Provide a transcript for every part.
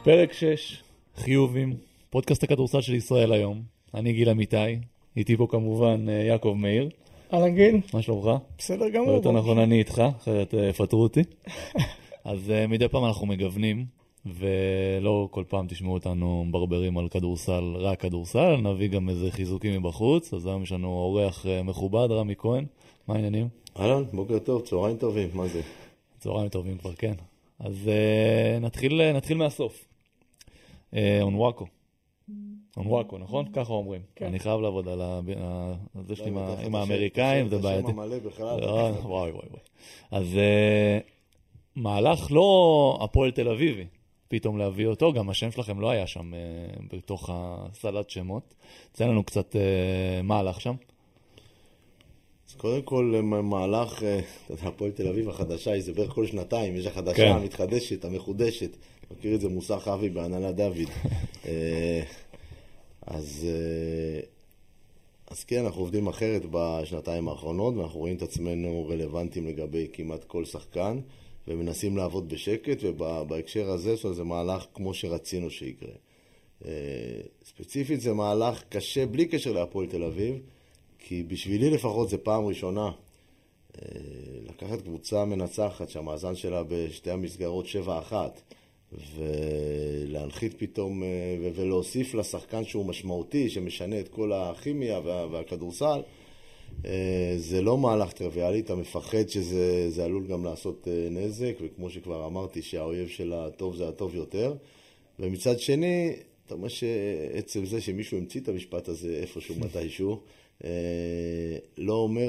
פרק 6, חיובים, פודקאסט הכדורסל של ישראל היום. אני גיל אמיתי, איתי פה כמובן יעקב מאיר. אהלן גיל. מה שלומך? בסדר גמור. יותר נכון אני איתך, אחרת פטרו אותי. אז מדי פעם אנחנו מגוונים, ולא כל פעם תשמעו אותנו מברברים על כדורסל, רק כדורסל, נביא גם איזה חיזוקים מבחוץ. אז היום יש לנו אורח מכובד, רמי כהן. מה העניינים? אהלן, בוקר טוב, צהריים טובים, מה זה? צהריים טובים כבר, כן. אז נתחיל מהסוף. אונוואקו, נכון? ככה אומרים. אני חייב לעבוד על זה שלי עם האמריקאים, זה בעייתי. השם המלא בכלל. וואי. אז מהלך לא הפועל תל אביבי, פתאום להביא אותו, גם השם שלכם לא היה שם בתוך הסלט שמות. תצא לנו קצת מהלך שם. אז קודם כל מהלך, הפועל תל אביב החדשה, זה בערך כל שנתיים, יש החדשה, המתחדשת, המחודשת. מכיר את זה מוסך אבי בהנהלה דוד. אז כן, אנחנו עובדים אחרת בשנתיים האחרונות, ואנחנו רואים את עצמנו רלוונטיים לגבי כמעט כל שחקן, ומנסים לעבוד בשקט, ובהקשר הזה זה מהלך כמו שרצינו שיקרה. ספציפית זה מהלך קשה בלי קשר להפועל תל אביב, כי בשבילי לפחות זה פעם ראשונה לקחת קבוצה מנצחת שהמאזן שלה בשתי המסגרות 7-1, ולהנחית פתאום ולהוסיף לשחקן שהוא משמעותי, שמשנה את כל הכימיה והכדורסל. זה לא מהלך טריוויאלי, אתה מפחד שזה עלול גם לעשות נזק, וכמו שכבר אמרתי שהאויב של הטוב זה הטוב יותר. ומצד שני, אתה אומר שעצם זה שמישהו המציא את המשפט הזה איפשהו מתישהו, לא אומר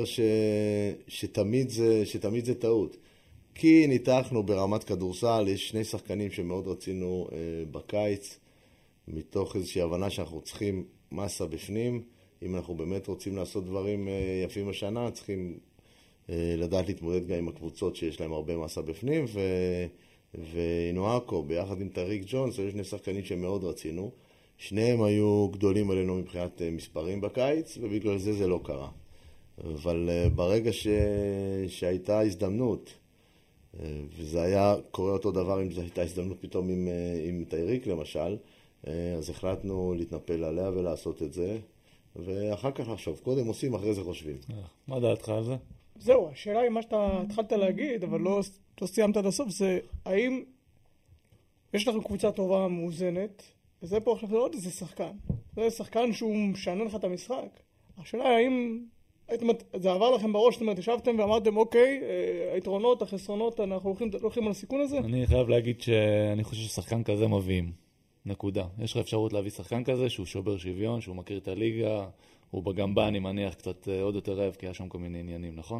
שתמיד זה טעות. כי ניתחנו ברמת כדורסל, יש שני שחקנים שמאוד רצינו בקיץ, מתוך איזושהי הבנה שאנחנו צריכים מסה בפנים. אם אנחנו באמת רוצים לעשות דברים יפים השנה, צריכים לדעת להתמודד גם עם הקבוצות שיש להם הרבה מסה בפנים, ואונוואקו ביחד עם טריק ג'ונס, היו שני שחקנים שמאוד רצינו. שניהם היו גדולים עלינו מבחינת מספרים בקיץ, ובגלל זה לא קרה. אבל ברגע שהייתה הזדמנות, וזה היה קורה אותו דבר אם זו הייתה הזדמנות פתאום עם טייריק למשל, אז החלטנו להתנפל עליה ולעשות את זה, ואחר כך לחשוב. קודם עושים, אחרי זה חושבים. מה דעתך על זה? זהו, השאלה היא מה שאתה התחלת להגיד, אבל לא סיימת עד הסוף, זה האם יש לכם קבוצה טובה מאוזנת, וזה פה עכשיו עוד איזה שחקן. זה שחקן שהוא משנה לך את המשחק. השאלה היא האם זה עבר לכם בראש, זאת אומרת, ישבתם ואמרתם, אוקיי, היתרונות, החסרונות, אנחנו הולכים על הסיכון הזה? אני חייב להגיד שאני חושב ששחקן כזה מביאים. נקודה. יש לך אפשרות להביא שחקן כזה שהוא שובר שוויון, שהוא מכיר את הליגה, הוא גם בא, אני מניח, קצת עוד יותר רעב, כי היה שם כל מיני עניינים, נכון?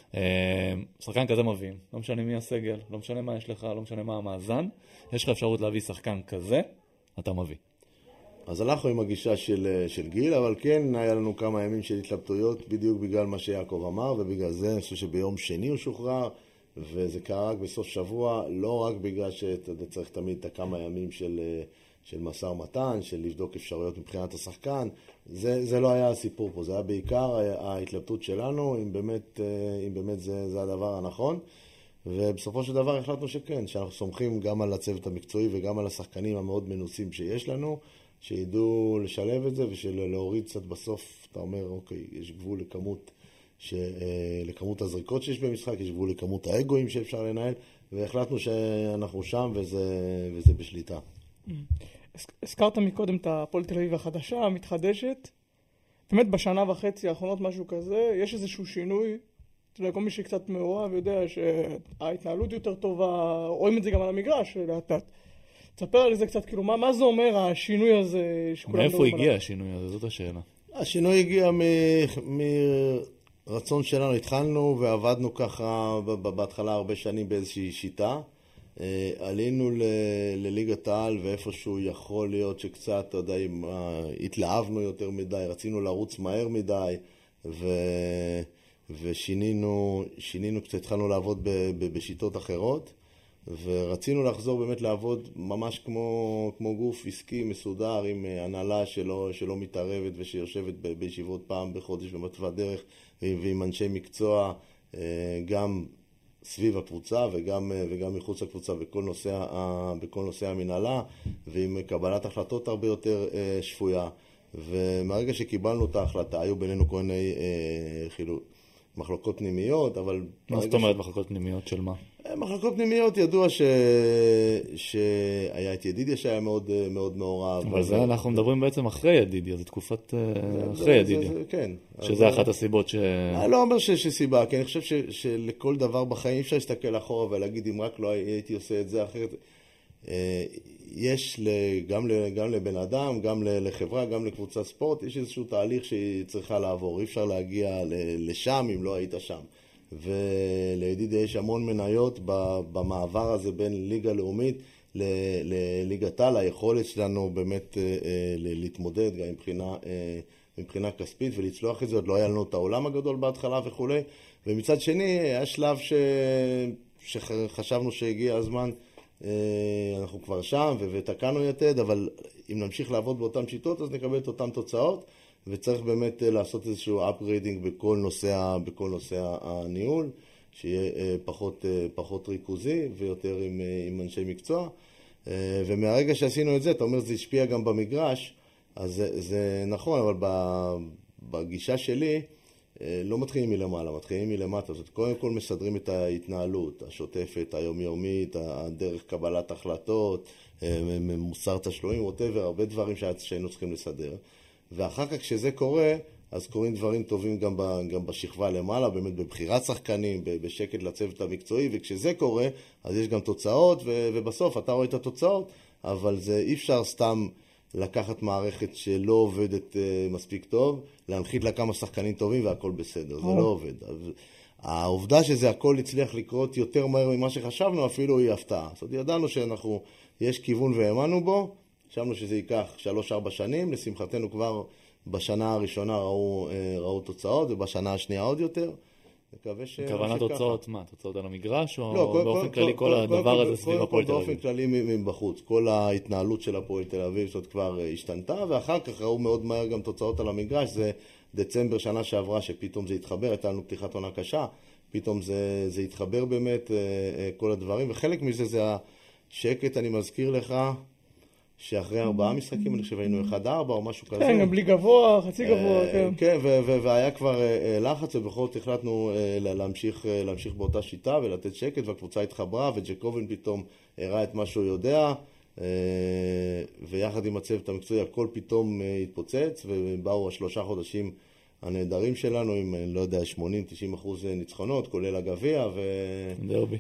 שחקן כזה מביאים. לא משנה מי הסגל, לא משנה מה יש לך, לא משנה מה המאזן. יש לך אפשרות להביא שחקן כזה, אתה מביא. אז הלכנו עם הגישה של גיל, אבל כן היה לנו כמה ימים של התלבטויות, בדיוק בגלל מה שיעקב אמר, ובגלל זה אני חושב שביום שני הוא שוחרר, וזה קרה רק בסוף שבוע, לא רק בגלל שאתה צריך תמיד את הכמה ימים של משא ומתן, של לבדוק אפשרויות מבחינת השחקן. זה לא היה הסיפור פה, זה היה בעיקר ההתלבטות שלנו, אם באמת זה הדבר הנכון. ובסופו של דבר החלטנו שכן, שאנחנו סומכים גם על הצוות המקצועי וגם על השחקנים המאוד מנוסים שיש לנו, שידעו לשלב את זה ושלהוריד קצת בסוף, אתה אומר, אוקיי, יש גבול לכמות הזריקות שיש במשחק, יש גבול לכמות האגואים שאפשר לנהל, והחלטנו שאנחנו שם וזה בשליטה. הזכרת מקודם את הפועל תל אביב החדשה, המתחדשת. באמת בשנה וחצי האחרונות משהו כזה, יש איזשהו שינוי. אתה יודע, כל מי שקצת מעורב יודע שההתנהלות יותר טובה, רואים את זה גם על המגרש לאט-לאט. תספר על זה קצת, כאילו, מה זה אומר השינוי הזה שכולם מאיפה הגיע השינוי הזה? זאת השאלה. השינוי הגיע מרצון שלנו. התחלנו ועבדנו ככה בהתחלה הרבה שנים באיזושהי שיטה. עלינו לליגת העל, ואיפשהו יכול להיות שקצת, אתה יודע, התלהבנו יותר מדי, רצינו לרוץ מהר מדי, ושינינו קצת, התחלנו לעבוד בשיטות אחרות, ורצינו לחזור באמת לעבוד ממש כמו גוף עסקי מסודר, עם הנהלה שלא מתערבת ושיושבת בישיבות פעם בחודש במתווה דרך, ועם אנשי מקצוע גם סביב הקבוצה וגם מחוץ לקבוצה בכל נושא המנהלה, ועם קבלת החלטות הרבה יותר שפויה. ומהרגע שקיבלנו את ההחלטה, היו בינינו כל מיני מחלוקות פנימיות, אבל... מה זאת אומרת מחלוקות פנימיות של מה? מחלקות פנימיות ידוע שהיה את ידידיה שהיה מאוד מאוד מעורב. אבל זה אנחנו מדברים בעצם אחרי ידידיה, זו תקופת אחרי ידידיה. כן. שזה אחת הסיבות ש... אני לא אומר שסיבה, כי אני חושב שלכל דבר בחיים אי אפשר להסתכל אחורה ולהגיד אם רק לא הייתי עושה את זה אחרת. יש גם לבן אדם, גם לחברה, גם לקבוצת ספורט, יש איזשהו תהליך שהיא צריכה לעבור. אי אפשר להגיע לשם אם לא היית שם. ולידידיה יש המון מניות במעבר הזה בין ליגה לאומית לליגת העל. היכולת שלנו באמת להתמודד גם מבחינה כספית ולצלוח את זה. עוד לא היה לנו את העולם הגדול בהתחלה וכו'. ומצד שני, היה שלב שחשבנו שהגיע הזמן, אנחנו כבר שם ותקענו יתד, אבל אם נמשיך לעבוד באותן שיטות, אז נקבל את אותן תוצאות. וצריך באמת לעשות איזשהו upgrading בכל נושא הניהול, שיהיה פחות ריכוזי ויותר עם אנשי מקצוע. ומהרגע שעשינו את זה, אתה אומר, זה השפיע גם במגרש, אז זה נכון, אבל בגישה שלי, לא מתחילים מלמעלה, מתחילים מלמטה. זאת קודם כל מסדרים את ההתנהלות, השוטפת, היומיומית, הדרך קבלת החלטות, מוסר תשלומים, whatever, הרבה דברים שהיינו צריכים לסדר. ואחר כך כשזה קורה, אז קורים דברים טובים גם בשכבה למעלה, באמת בבחירת שחקנים, בשקט לצוות המקצועי, וכשזה קורה, אז יש גם תוצאות, ובסוף אתה רואה את התוצאות, אבל זה אי אפשר סתם לקחת מערכת שלא עובדת מספיק טוב, להנחית לה כמה שחקנים טובים והכל בסדר, זה לא עובד. העובדה שזה הכל הצליח לקרות יותר מהר ממה שחשבנו, אפילו היא הפתעה. זאת אומרת, ידענו יש כיוון והאמנו בו, חשבנו שזה ייקח 3-4 שנים, לשמחתנו כבר בשנה הראשונה ראו תוצאות, ובשנה השנייה עוד יותר. נקווה כוונה תוצאות מה? תוצאות על המגרש, או באופן כללי כל הדבר הזה סביב הפועל תל אביב? באופן כללי מבחוץ. כל ההתנהלות של הפועל תל אביב זאת כבר השתנתה, ואחר כך ראו מאוד מהר גם תוצאות על המגרש. זה דצמבר שנה שעברה שפתאום זה התחבר, הייתה לנו פתיחת עונה קשה, פתאום זה התחבר באמת כל הדברים, וחלק מזה זה השקט. אני מזכיר לך שאחרי 4 משחקים, אני חושב היינו 1-4 או משהו כזה. כן, גם בלי גבוה, חצי גבוה, כן. כן, והיה כבר לחץ, ובכל זאת החלטנו להמשיך באותה שיטה ולתת שקט, והקבוצה התחברה, וג'קובן פתאום הראה את מה שהוא יודע, ויחד עם הצוות המקצועי הכל פתאום התפוצץ, ובאו 3 חודשים הנהדרים שלנו עם, לא יודע, 80-90% ניצחונות, כולל הגביע דרבי.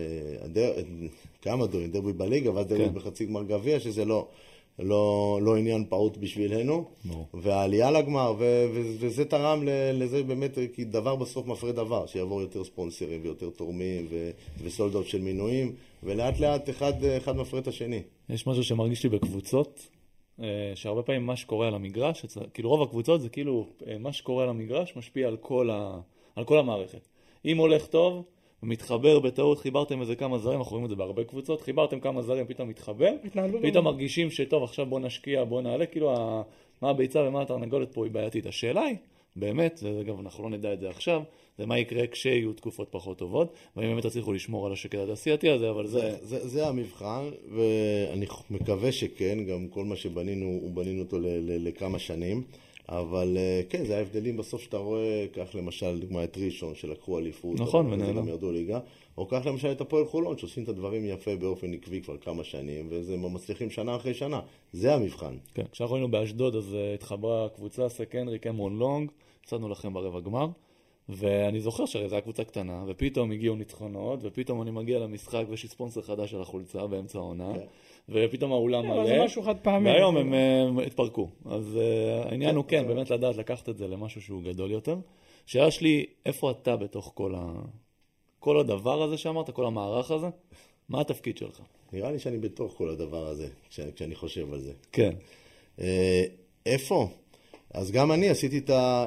כמה דרבי בליגה, ואז דרבי בחצי גמר גביע, שזה לא עניין פעוט בשבילנו. והעלייה לגמר, וזה תרם לזה באמת, כי דבר בסוף מפריד דבר, שיעבור יותר ספונסרים ויותר תורמים וסולדות של מינויים, ולאט לאט אחד מפריד את השני. יש משהו שמרגיש לי בקבוצות, שהרבה פעמים מה שקורה על המגרש, כאילו רוב הקבוצות זה כאילו מה שקורה על המגרש משפיע על כל המערכת. אם הולך טוב, מתחבר בטעות, חיברתם איזה כמה זרים, אנחנו רואים את זה בהרבה קבוצות, חיברתם כמה זרים, פתאום מתחבר, פתאום מרגישים שטוב, עכשיו בוא נשקיע, בוא נעלה, כאילו מה הביצה ומה התרנגולת פה היא בעייתית. השאלה היא, באמת, וגם אנחנו לא נדע את זה עכשיו, זה מה יקרה כשיהיו תקופות פחות טובות, והאם באמת תצליחו לשמור על השקט התעשייתי הזה, אבל זה המבחן, ואני מקווה שכן, גם כל מה שבנינו, הוא בנינו אותו לכמה שנים, אבל כן, זה ההבדלים בסוף שאתה רואה, כך למשל דוגמה את ראשון שלקחו אליפות, נכון, ונהלם. גם ירדו ליגה, או כך למשל את הפועל חולון שעושים את הדברים יפה באופן עקבי כבר כמה שנים, וזה מצליחים שנה אחרי שנה, זה המבחן. כן, כשאנחנו היינו באשדוד אז התחברה קבוצה סקנרי, קמרון לונג, הפסדנו לכם ברבע גמר, ואני זוכר שזו הייתה קבוצה קטנה, ופתאום הגיעו ניצחונות, ופתאום אני מגיע למשחק ויש לי ספונסר חדש על החולצה באמצע העונה, ופתאום האולם מלא, והיום הם התפרקו. אז העניין הוא כן, באמת לדעת לקחת את זה למשהו שהוא גדול יותר. שאלה שלי, איפה אתה בתוך כל הדבר הזה שאמרת, כל המערך הזה? מה התפקיד שלך? נראה לי שאני בתוך כל הדבר הזה, כשאני חושב על זה. כן. איפה? אז גם אני עשיתי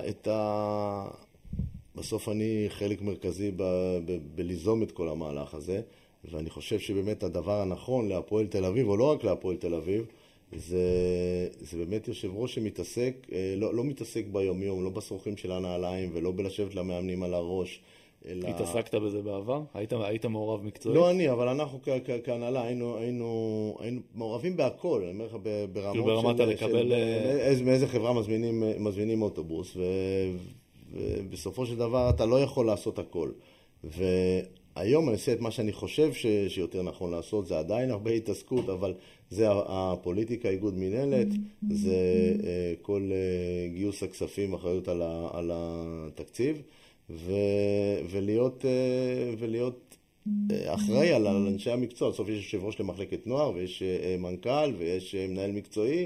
בסוף אני חלק מרכזי בליזום את כל המהלך הזה, ואני חושב שבאמת הדבר הנכון להפועל תל אביב, או לא רק להפועל תל אביב, זה באמת יושב ראש שמתעסק, לא מתעסק ביומיום, לא בסרוכים של הנעליים, ולא בלשבת למאמנים על הראש, התעסקת בזה בעבר? היית מעורב מקצועית? לא אני, אבל אנחנו כהנהלה היינו מעורבים בהכל, אני אומר לך ברמות לקבל... מאיזה חברה מזמינים אוטובוס, ובסופו של דבר אתה לא יכול לעשות הכל. והיום אני עושה את מה שאני חושב שיותר נכון לעשות, זה עדיין הרבה התעסקות, אבל זה הפוליטיקה, איגוד מנהלת, זה כל גיוס הכספים, אחריות על התקציב, ולהיות אחראי על אנשי המקצוע. בסוף יש יושב ראש למחלקת נוער, ויש מנכ"ל, ויש מנהל מקצועי,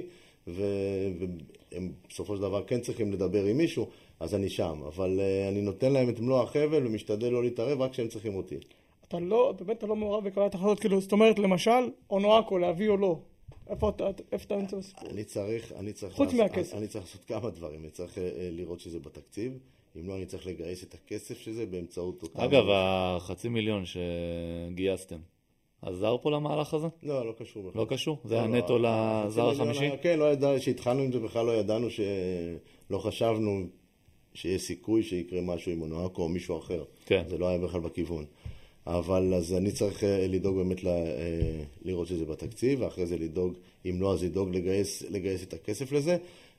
והם בסופו של דבר כן צריכים לדבר עם מישהו, אז אני שם. אבל אני נותן להם את מלוא החבל, ומשתדל לא להתערב רק כשהם צריכים אותי. באמת אתה לא מעורב בקבלת החלטות, כאילו, זאת אומרת, למשל, אונואקו, להביא או לא. איפה אתה נמצא בסיפור? חוץ מהכסף. אני צריך לעשות כמה דברים. אני צריך לראות שזה בתקציב. אם לא, אני צריך לגייס את הכסף שזה באמצעות אותם... אגב, $500,000 שגייסתם, עזר פה למהלך הזה? לא קשור בכלל. לא קשור? זה היה נטו לזר החמישי? כן, שהתחלנו עם זה בכלל לא ידענו שלא חשבנו שיש סיכוי שיקרה משהו עם אונואקו או מישהו אחר. כן. זה לא היה בכלל בכיוון. אבל אז אני צריך לדאוג באמת לראות שזה בתקציב, ואחרי זה לדאוג, אם לא, אז לדאוג לגייס את הכסף לזה.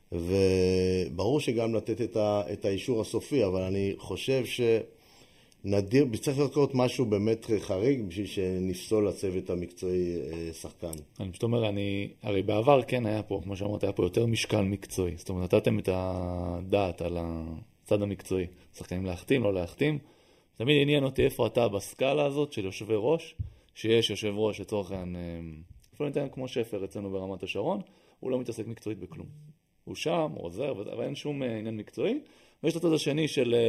וברור שגם לתת את האישור הסופי, אבל אני חושב שנדיר, צריך לקרות משהו באמת חריג בשביל שנפסול לצוות המקצועי שחקן. אני פשוט אומר, הרי בעבר כן היה פה, כמו שאמרת, היה פה יותר משקל מקצועי. זאת אומרת, נתתם את הדעת על הצד המקצועי. שחקנים להחתים, לא להחתים. תמיד עניין אותי איפה אתה בסקאלה הזאת של יושבי ראש, שיש יושב ראש לצורך העניין, אפילו ניתן כמו שפר אצלנו ברמת השרון, הוא לא מתעסק מקצועית בכלום. הוא שם, הוא עוזר, אבל אין שום עניין מקצועי. ויש את הצד השני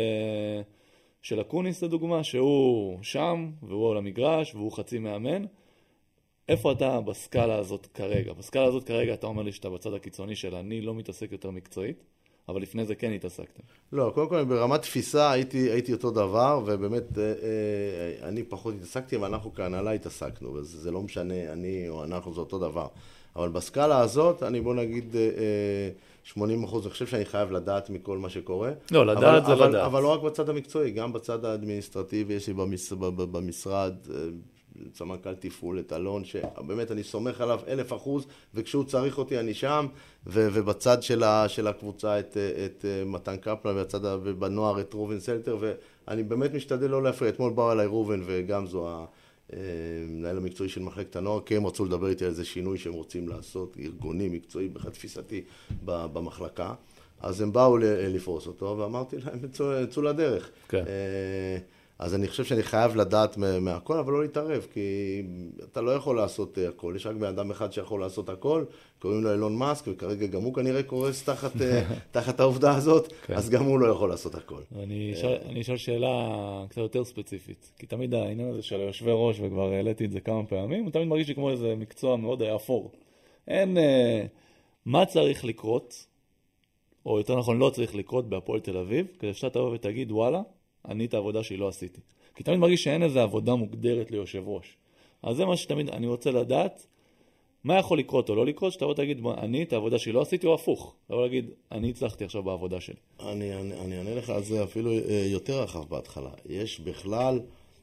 של הקוניס, לדוגמה, שהוא שם, והוא על המגרש, והוא חצי מאמן. איפה אתה בסקאלה הזאת כרגע? בסקאלה הזאת כרגע אתה אומר לי שאתה בצד הקיצוני של אני לא מתעסק יותר מקצועית, אבל לפני זה כן התעסקתם. לא, קודם כל ברמת תפיסה הייתי אותו דבר, ובאמת אני פחות התעסקתי, אבל אנחנו כהנהלה התעסקנו, וזה לא משנה, אני או אנחנו זה אותו דבר. אבל בסקאלה הזאת, אני בוא נגיד 80%, אני חושב שאני חייב לדעת מכל מה שקורה. לא, לדעת זה לדעת. אבל לא רק בצד המקצועי, גם בצד האדמיניסטרטיבי, יש לי במשרד סמנכ"ל תפעול את אלון, שבאמת אני סומך עליו 1000%, וכשהוא צריך אותי אני שם, ובצד של הקבוצה את מתן קפלן, ובנוער את רובן סלטר, ואני באמת משתדל לא להפריע. אתמול באו אליי רובן וגם זו המנהל המקצועי של מחלקת הנוער, כי הם רצו לדבר איתי על איזה שינוי שהם רוצים לעשות, ארגוני, מקצועי, בכלל תפיסתי במחלקה. אז הם באו לפרוס אותו, ואמרתי להם, צאו לדרך. כן. אז אני חושב שאני חייב לדעת מהכל, אבל לא להתערב, כי אתה לא יכול לעשות הכל. יש רק באדם אחד שיכול לעשות הכל, קוראים לו אילון מאסק, וכרגע גם הוא כנראה קורס תחת העובדה הזאת, אז גם הוא לא יכול לעשות הכל. אני אשאל שאלה קצת יותר ספציפית, כי תמיד העניין הזה של יושבי ראש, וכבר העליתי את זה כמה פעמים, הוא תמיד מרגיש לי כמו איזה מקצוע מאוד אפור. אין מה צריך לקרות, או יותר נכון לא צריך לקרות בהפועל תל אביב, כדי שאתה תבוא ותגיד, וואלה, אני את העבודה שהיא לא עשיתי. כי תמיד מרגיש שאין איזו עבודה מוגדרת ליושב ראש. אז זה מה שתמיד אני רוצה לדעת, מה יכול לקרות או לא לקרות, שאתה תגיד, אני את העבודה שהיא לא עשיתי, או הפוך. לא להגיד, אני הצלחתי עכשיו בעבודה שלי. אני אענה לך על זה אפילו יותר רחב בהתחלה. יש בכלל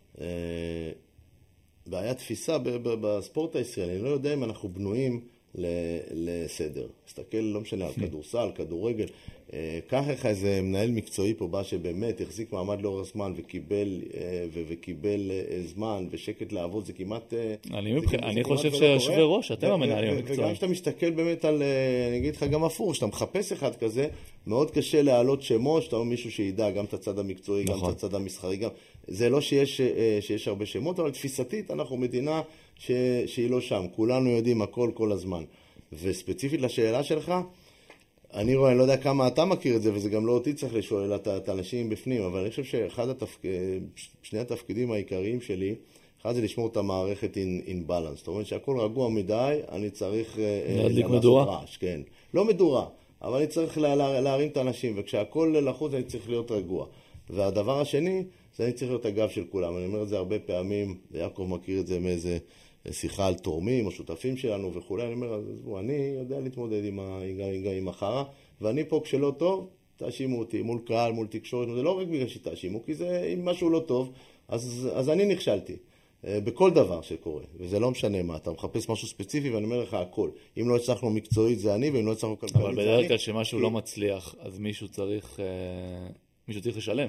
בעיית תפיסה בספורט הישראלי. אני לא יודע אם אנחנו בנויים לסדר. תסתכל, לא משנה, על כדורסל, כדורגל. כך איזה מנהל מקצועי פה בא שבאמת החזיק מעמד לאורך זמן וקיבל זמן ושקט לעבוד, זה כמעט... אני חושב שיושבי ראש, אתם המנהלים המקצועיים. וגם שאתה מסתכל באמת על, אני אגיד לך גם אפור, שאתה מחפש אחד כזה, מאוד קשה להעלות שמות, שאתה אומר מישהו שידע גם את הצד המקצועי, גם את הצד המסחרי, גם... זה לא שיש הרבה שמות, אבל תפיסתית אנחנו מדינה שהיא לא שם. כולנו יודעים הכל כל הזמן. וספציפית לשאלה שלך, אני רואה, אני לא יודע כמה אתה מכיר את זה, וזה גם לא אותי צריך לשאול, אלא את האנשים בפנים, אבל אני חושב שני התפקידים העיקריים שלי, אחד זה לשמור את המערכת in balance. זאת אומרת שהכל רגוע מדי, אני צריך... להדליק מדורה? כן. לא מדורה, אבל אני צריך להרים את האנשים, וכשהכל לחוץ אני צריך להיות רגוע. והדבר השני, זה אני צריך להיות הגב של כולם. אני אומר את זה הרבה פעמים, ויעקב מכיר את זה מאיזה שיחה על תורמים או שותפים שלנו וכו'. אני אומר, אני יודע להתמודד עם החרה, ואני פה כשלא טוב, תאשימו אותי מול קהל, מול תקשורת, זה לא רק בגלל שתאשימו, כי זה, אם משהו לא טוב, אז אני נכשלתי. בכל דבר שקורה, וזה לא משנה מה, אתה מחפש משהו ספציפי ואני אומר לך הכל. אם לא הצלחנו מקצועית זה אני, ואם לא הצלחנו כלכלית זה אני. אבל בדרך כלל שמשהו לא מצליח, אז מישהו צריך לשלם.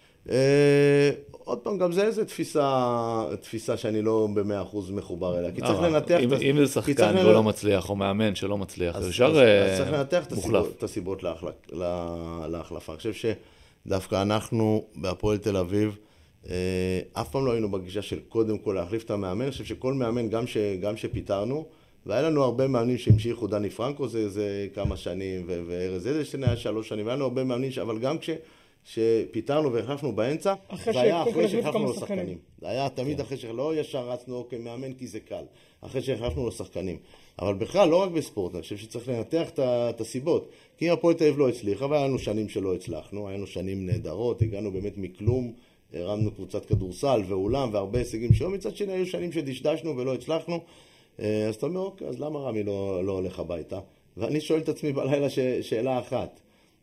עוד פעם, גם זה איזו תפיסה שאני לא ב100% מחובר אליה, כי צריך לנתח... אם זה שחקן ולא מצליח, או מאמן שלא מצליח, אז צריך לנתח את הסיבות להחלפה. אני חושב שדווקא אנחנו בהפועל תל אביב, אף פעם לא היינו בגישה של קודם כל להחליף את המאמן. אני חושב שכל מאמן, גם שפיתרנו, והיה לנו הרבה מאמנים שהמשיכו, דני פרנקו זה כמה שנים, וארז אדלשטיין היה 3 שנים, והיה לנו הרבה מאמנים, אבל גם שפיתרנו והחלפנו באמצע, זה היה אחרי שהחלפנו לשחקנים. זה היה תמיד אחרי שלא ישר רצנו כמאמן כי זה קל, אחרי שהחלפנו לשחקנים. אבל בכלל, לא רק בספורט, אני חושב שצריך לנתח את הסיבות. כי הפועל תל אביב לא הצליחה, אבל היה לנו שנים שלא הצלחנו, היה לנו שנים נהדרות, הגענו באמת מכלום, הרמנו קבוצת כדורסל ואולם והרבה הישגים שלו, מצד שני היו שנים שדשדשנו ולא הצלחנו, אז אתה אומר, אוקיי, אז למה רמי לא הולך הביתה? ואני שואל את עצמי בלילה שאלה אחת.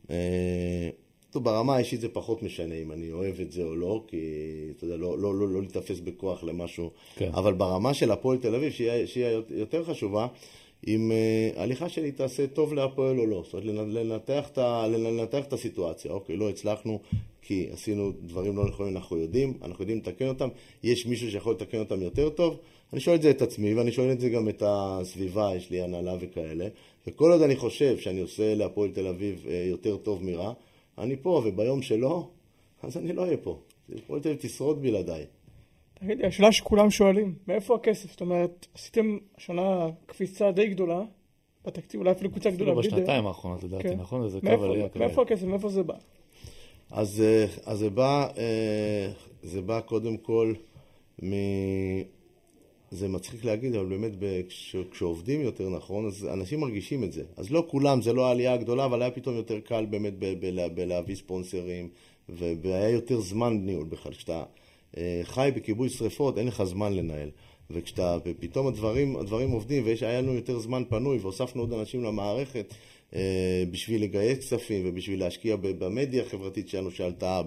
טוב, ברמה האישית זה פחות משנה אם אני אוהב את זה או לא, כי אתה יודע, לא להתאפס בכוח למשהו. כן. אבל ברמה של הפועל תל אביב, שהיא יותר חשובה, אם ההליכה שלי תעשה טוב להפועל או לא. זאת אומרת, לנתח את הסיטואציה. אוקיי, לא הצלחנו כי עשינו דברים לא נכונים, אנחנו יודעים לתקן אותם. יש מישהו שיכול לתקן אותם יותר טוב. אני שואל את זה את עצמי, ואני שואל את זה גם את הסביבה, יש לי הנהלה וכאלה. וכל עוד אני חושב שאני עושה להפועל תל אביב יותר טוב מרע, אני פה, וביום שלא, אז אני לא אהיה פה. הפועל תל אביב תשרוד בלעדיי. תגיד לי, השאלה שכולם שואלים, מאיפה הכסף? זאת אומרת, עשיתם השנה קפיצה די גדולה, בתקציב, אולי אפילו קבוצה גדולה. אפילו בשנתיים האחרונות, לדעתי, כן. נכון? מאיפה הכסף? מאיפה זה בא? אז זה בא קודם כל זה מצחיק להגיד, אבל באמת כשעובדים יותר נכון, אז אנשים מרגישים את זה. אז לא כולם, זה לא העלייה הגדולה, אבל היה פתאום יותר קל באמת בלהביא ספונסרים, והיה יותר זמן ניהול בכלל. כשאתה חי בכיבוי שריפות, אין לך זמן לנהל. וכשאתה, פתאום הדברים עובדים, והיה לנו יותר זמן פנוי, והוספנו עוד אנשים למערכת, בשביל לגייס כספים, ובשביל להשקיע במדיה החברתית שלנו, שעלתה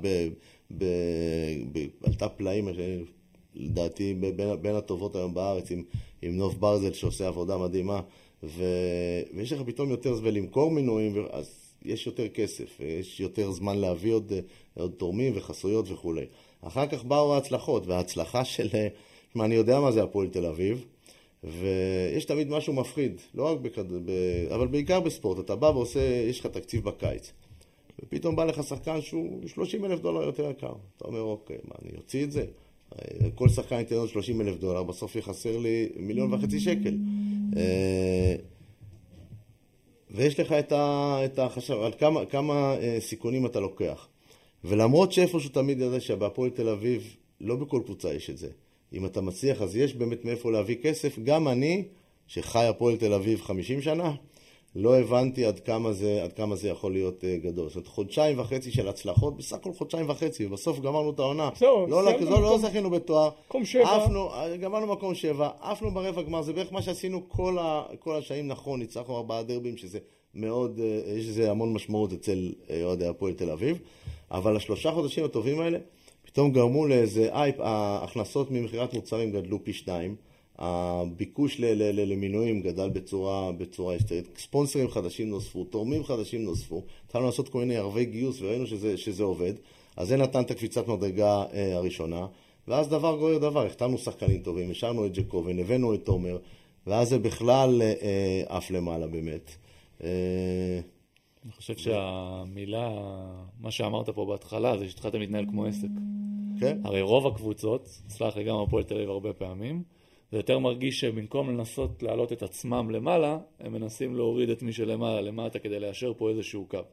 עלתה פלאים, לדעתי בין הטובות היום בארץ, עם נוף ברזל שעושה עבודה מדהימה, ויש לך פתאום יותר זמן למכור מנויים, אז יש יותר כסף, יש יותר זמן להביא עוד תורמים וחסויות וכו'. אחר כך באו ההצלחות, וההצלחה של, אני יודע מה זה הפועל תל אביב, ויש תמיד משהו מפחיד, לא רק אבל בעיקר בספורט, אתה בא ועושה, יש לך תקציב בקיץ, ופתאום בא לך שחקן שהוא $30,000 יותר יקר. אתה אומר, אוקיי, מה, אני אוציא את זה? כל שחקן ייתן עוד $30,000, בסוף יחסר לי $1.5 מיליון. ויש לך את החשב, על כמה סיכונים אתה לוקח. ולמרות שאיפשהו תמיד ידע שבהפועל תל אביב, לא בכל קבוצה יש את זה. אם אתה מצליח, אז יש באמת מאיפה להביא כסף. גם אני, שחי הפועל תל אביב 50 שנה, לא הבנתי עד כמה זה יכול להיות גדול. זאת אומרת, 1.5 של הצלחות, בסך הכל 1.5, ובסוף גמרנו את העונה. לא זכינו בתואר. מקום 7. גמרנו מקום 7, עפנו ברבע גמר, זה בערך מה שעשינו כל השנים נכון, ניצחנו 4 דרבים, שזה מאוד, יש לזה המון משמעות אצל אוהדי הפועל תל אביב, אבל 3 חודשים הטובים האלה, פתאום גרמו לאיזה ההכנסות ממכירת מוצרים גדלו פי 2, הביקוש למינויים גדל בצורה היסטרית, ספונסרים חדשים נוספו, תורמים חדשים נוספו, התחלנו לעשות כל מיני ערבי גיוס וראינו שזה עובד, אז זה נתן את הקפיצת מדרגה הראשונה, ואז דבר גורר דבר, החתמנו שחקנים טובים, השארנו את ג'קובן, הבאנו את תומר, ואז זה בכלל אף למעלה באמת. אני חושב שהמילה, מה שאמרת פה בהתחלה, זה שהתחלת מתנהל כמו עסק. כן. הרי רוב הקבוצות, סלח לי גם הפועל תל אביב הרבה פעמים, זה יותר מרגיש שבמקום לנסות להעלות את עצמם למעלה, הם מנסים להוריד את מי שלמעלה למטה כדי לאשר פה איזשהו קו.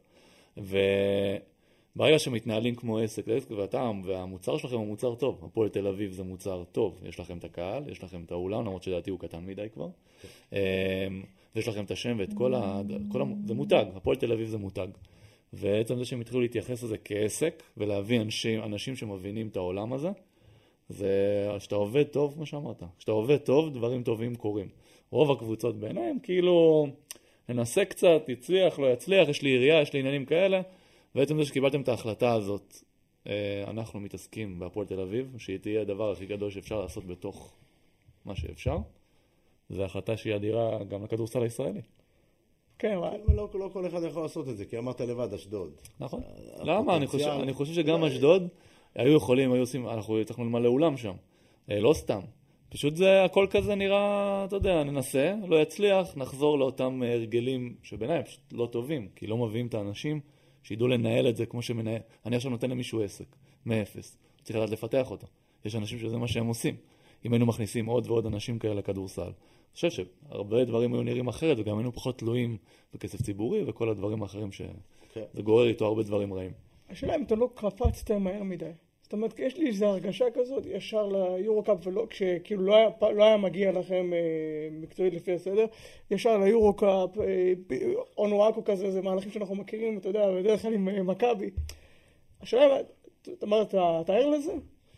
וברגע שמתנהלים כמו עסק, והמוצר שלכם הוא מוצר טוב, הפועל תל אביב זה מוצר טוב, יש לכם את הקהל, יש לכם את האולם, למרות שדעתי הוא קטן מדי כבר, ויש לכם את השם ואת זה מותג, הפועל תל אביב זה מותג. ועצם זה שהם התחילו להתייחס לזה כעסק, ולהביא אנשים שמבינים את העולם הזה, זה שאתה עובד טוב, מה שאמרת. כשאתה עובד טוב, דברים טובים קורים. רוב הקבוצות בעיניים, כאילו, ננסה קצת, יצליח, לא יצליח, יש לי עירייה, יש לי עניינים כאלה, ועצם זה שקיבלתם את ההחלטה הזאת, אנחנו מתעסקים בהפועל תל אביב, שהיא תהיה הדבר הכי גדול שאפשר לעשות בתוך מה שאפשר. זו החלטה שהיא אדירה גם לכדורסל הישראלי. כן, אבל לא כל אחד יכול לעשות את זה, כי אמרת לבד, אשדוד. נכון. למה? אני חושב שגם אשדוד היו יכולים, אנחנו הצלחנו למלא אולם שם. לא סתם. פשוט זה, הכל כזה נראה, אתה יודע, ננסה, לא יצליח, נחזור לאותם הרגלים שבעיניי פשוט לא טובים, כי לא מביאים את האנשים שידעו לנהל את זה כמו שמנהל. אני עכשיו נותן למישהו עסק, מאפס. צריך לדעת לפתח אותו. יש אנשים שזה מה שהם עושים. אם היינו מכניסים עוד ועוד אנשים כאלה לכדורסל. אני חושב שהרבה דברים היו נראים אחרת, וגם היינו פחות תלויים בכסף ציבורי וכל הדברים האחרים שזה גורר איתו הרבה דברים רעים. השאלה אם אתה לא קפצתם מהר מדי. זאת אומרת, יש לי איזו הרגשה כזאת, ישר ליורוקאפ, ולא, כשכאילו לא היה מגיע לכם מקצועית לפי הסדר, ישר ליורוקאפ, אונואקו כזה, זה מהלכים שאנחנו מכירים, אתה יודע, בדרך כלל עם מכבי. השאלה, אתה אומר, אתה ער לזה?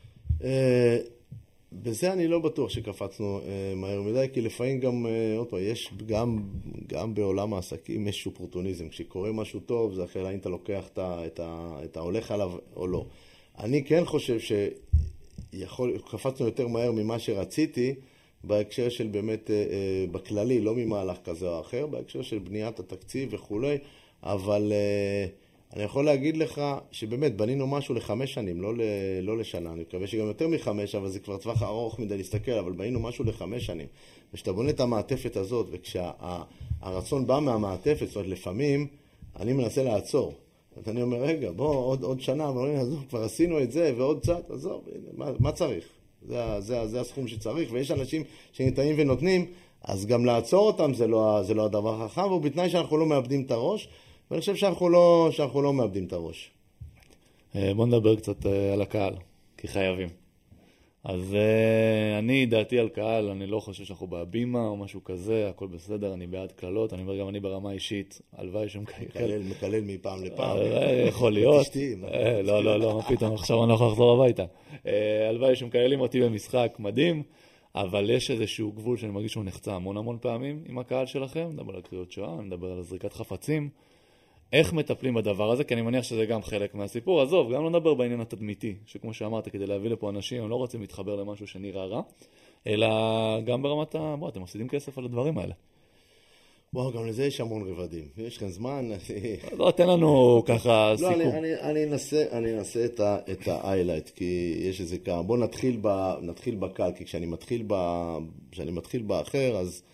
בזה אני לא בטוח שקפצנו מהר מדי, כי לפעמים גם, עוד פעם, יש גם בעולם העסקים יש אופורטוניזם. כשקורה משהו טוב, זה אחרי האם אתה לוקח את ההולך עליו או לא. אני כן חושב שקפצנו יותר מהר ממה שרציתי, בהקשר של באמת, בכללי, לא ממהלך כזה או אחר, בהקשר של בניית התקציב וכו', אבל אני יכול להגיד לך שבאמת בנינו משהו ל5 שנים, לא לשנה, אני מקווה שגם יותר מ5, אבל זה כבר טווח ארוך מדי להסתכל, אבל בנינו משהו ל5 שנים. וכשאתה בונה את המעטפת הזאת, וכשהרצון בא מהמעטפת, זאת אומרת, לפעמים אני מנסה לעצור. אז אני אומר, רגע, בוא עוד שנה, כבר עשינו את זה ועוד קצת, עזוב, מה צריך? זה הסכום שצריך, ויש אנשים שנטעים ונותנים, אז גם לעצור אותם זה לא הדבר החכם, ובתנאי שאנחנו לא מאבדים את הראש, ואני חושב שאנחנו לא מאבדים את הראש. בוא נדבר קצת על הקהל, כי חייבים. אז אני דעתי על קהל, אני לא חושב שאנחנו בהבימה או משהו כזה, הכל בסדר, אני בעד כללות, אני אומר גם אני ברמה אישית, הלוואי שם מקלל מפעם לפעם. יכול להיות. לא, מה פתאום, עכשיו אני לא יכול לחזור הביתה. הלוואי שמקללים אותי במשחק מדהים, אבל יש איזשהו גבול שאני מרגיש שהוא נחצה המון פעמים עם הקהל שלכם, נדבר על קריאות שואה, נדבר על זריקת חפצים. איך מטפלים בדבר הזה? כי אני מניח שזה גם חלק מהסיפור. עזוב, גם לא נדבר בעניין התדמיתי, שכמו שאמרת, כדי להביא לפה אנשים, הם לא רוצים להתחבר למשהו שנראה רע, אלא גם ברמת אתם מפסידים כסף על הדברים האלה. וואו, גם לזה יש המון רבדים. יש לכם זמן? לא, תן לנו ככה סיכום. אני אנסה את ה-highlight, כי יש איזה כמה. בואו נתחיל בקל, כי כשאני מתחיל באחר, אז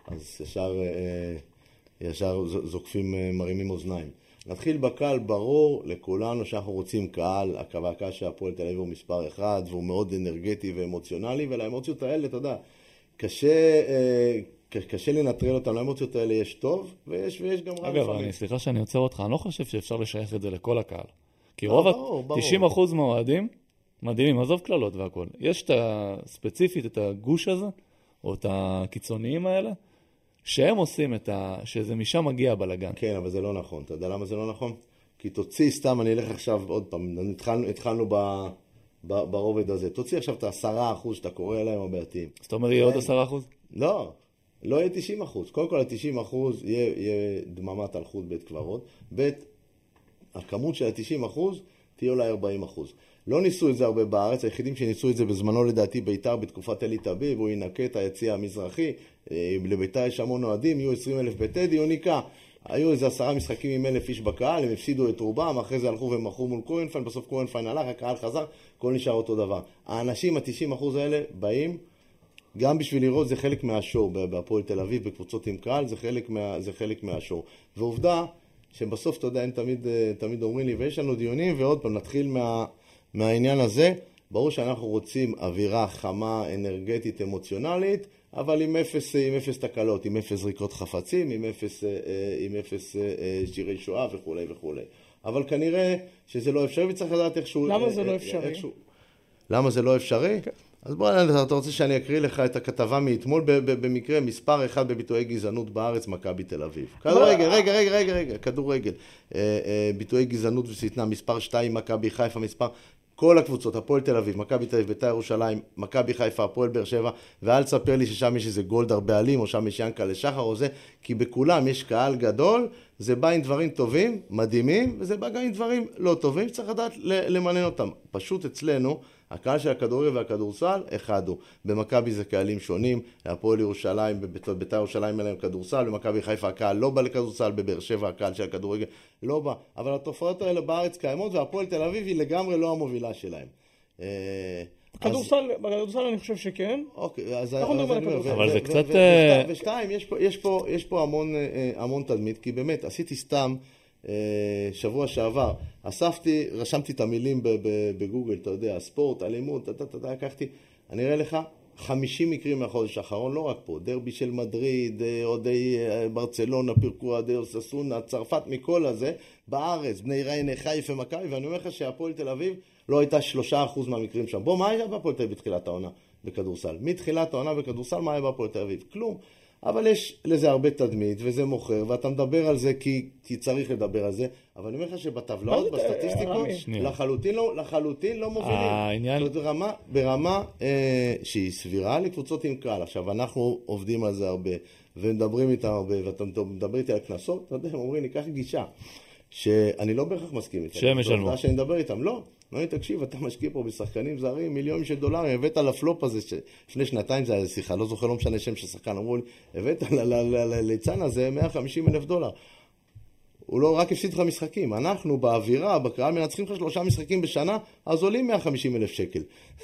ישר זוקפים, מרימים אוזניים. נתחיל בקל, ברור לכולנו שאנחנו רוצים קהל, הקהל שהפועל תל אביב הוא מספר 1, והוא מאוד אנרגטי ואמוציונלי, ולאמוציות האלה, אתה יודע, קשה לנטרל אותם, לאמוציות האלה יש טוב, ויש גם רע לפעמים. אגב, סליחה שאני עוצר אותך, אני לא חושב שאפשר לשייך את זה לכל הקהל. כי רוב 90% מהאוהדים, מדהימים, עזוב כללות והכל. יש ספציפית את הגוש הזה, או את הקיצוניים האלה, שהם עושים שזה משם מגיע בלגן. כן, אבל זה לא נכון. אתה יודע למה זה לא נכון? כי תוציא סתם, אני אלך עכשיו עוד פעם, התחלנו ברובד הזה. תוציא עכשיו את 10% שאתה קורא אליהם הבעתיים. זאת אומרת, יהיה עוד 10%? לא יהיה 90%. קודם כל, ה-90% יהיה דממת הלכות בית קברות. הכמות של ה-90% תהיה אולי 40%. לא ניסו את זה הרבה בארץ, היחידים שניסו את זה בזמנו לדעתי ביתר בתקופת אלי טביב, הוא ינקה את היציע המזרחי, לביתר יש המון אוהדים, יהיו 20,000 בטדי, הוא ניקה. היו איזה 10 משחקים עם 1,000 איש בקהל, הם הפסידו את רובם, אחרי זה הלכו ומחרו מול קורנפיין, בסוף קורנפיין הלך, הקהל חזר, הכל נשאר אותו דבר. האנשים, ה-90% האלה, באים, גם בשביל לראות, זה חלק מהשור, בהפועל תל אביב, בקבוצות עם קהל, זה חלק מהשור. ועובדה, שבסוף, אתה יודע, הם תמיד אומרים לי, ויש לנו דיונים, ועוד פעם, נתחיל מהעניין הזה. ברור שאנחנו רוצים אווירה חמה, אנרגטית, אמוציונלית, אבל עם אפס תקלות, עם אפס זריקות חפצים, עם אפס שירי שואה וכו' וכו'. אבל כנראה שזה לא אפשרי, וצריך לדעת איכשהו... למה זה לא אפשרי? למה זה לא אפשרי? אז בוא, אתה רוצה שאני אקריא לך את הכתבה מאתמול, במקרה מספר 1 בביטויי גזענות בארץ, מכבי תל אביב. כדורגל, רגע, כדורגל. ביטויי גזענות ושטנה, מספר 2 מכבי חיפה, מספר... כל הקבוצות, הפועל תל אביב, מכבי תל אביב, בית"ר ירושלים, מכבי חיפה, הפועל באר שבע, ואל תספר לי ששם יש איזה גולדהר בעלים, או שם יש ינקלה שחר או זה, כי בכולם יש קהל גדול, זה בא עם דברים טובים, מדהימים, וזה בא גם עם דברים לא טובים, שצריך לדעת למנן אותם. פשוט אצלנו, הקהל של הכדורגל והכדורסל, אחד הוא. במכבי זה קהלים שונים, הפועל ירושלים, בית"ר ירושלים אליהם כדורסל, במכבי חיפה הקהל לא בא לכדורסל, בבאר שבע הקהל של הכדורגל לא בא. אבל התופעות האלה בארץ קיימות, והפועל תל אביב היא לגמרי לא המובילה שלהם. בכדורסל אני חושב שכן. אוקיי, אז אבל זה קצת... ושתיים, יש פה המון תדמית, כי באמת עשיתי סתם שבוע שעבר, רשמתי את המילים בגוגל, אתה יודע, ספורט, אלימות, לקחתי, אני אראה לך 50 מקרים מהחודש האחרון, לא רק פה, דרבי של מדריד, אוהדי ברצלונה, פירקו אוהדי אוססונה, צרפת, מכל הזה, בארץ, בני ריינה, חיפה, מכבי, ואני אומר לך שהפועל תל אביב לא הייתה 3% מהמקרים שם. בוא, מה היה בהפועל תל אביב בתחילת העונה בכדורסל? מתחילת העונה בכדורסל, מה היה בהפועל תל אביב? כלום. אבל יש לזה הרבה תדמית, וזה מוכר, ואתה מדבר על זה כי צריך לדבר על זה, אבל אני אומר לך שבטבלאות, בסטטיסטיקות, לחלוטין לא מובילים. העניין... ברמה שהיא סבירה לקבוצות עם קהל. עכשיו, אנחנו עובדים על זה הרבה, ומדברים איתם הרבה, ואתה מדבר איתי על כנסות, אתה יודע, הם אומרים, ניקח גישה, שאני לא בהכרח מסכים איתם. שהם ישלמו. שאני מדבר איתם, לא. אני תקשיב, אתה משקיע פה בשחקנים זרים, מיליונים של דולרים, הבאת לפלופ הזה, לפני שנתיים זה היה שיחה, לא זוכר, לא משנה שם של שחקן, אמרו לי, הבאת לליצן הזה $150,000. הוא לא רק הפסיד לך משחקים, אנחנו באווירה, בקהל מנצחים לך 3 משחקים בשנה, אז עולים $150,000.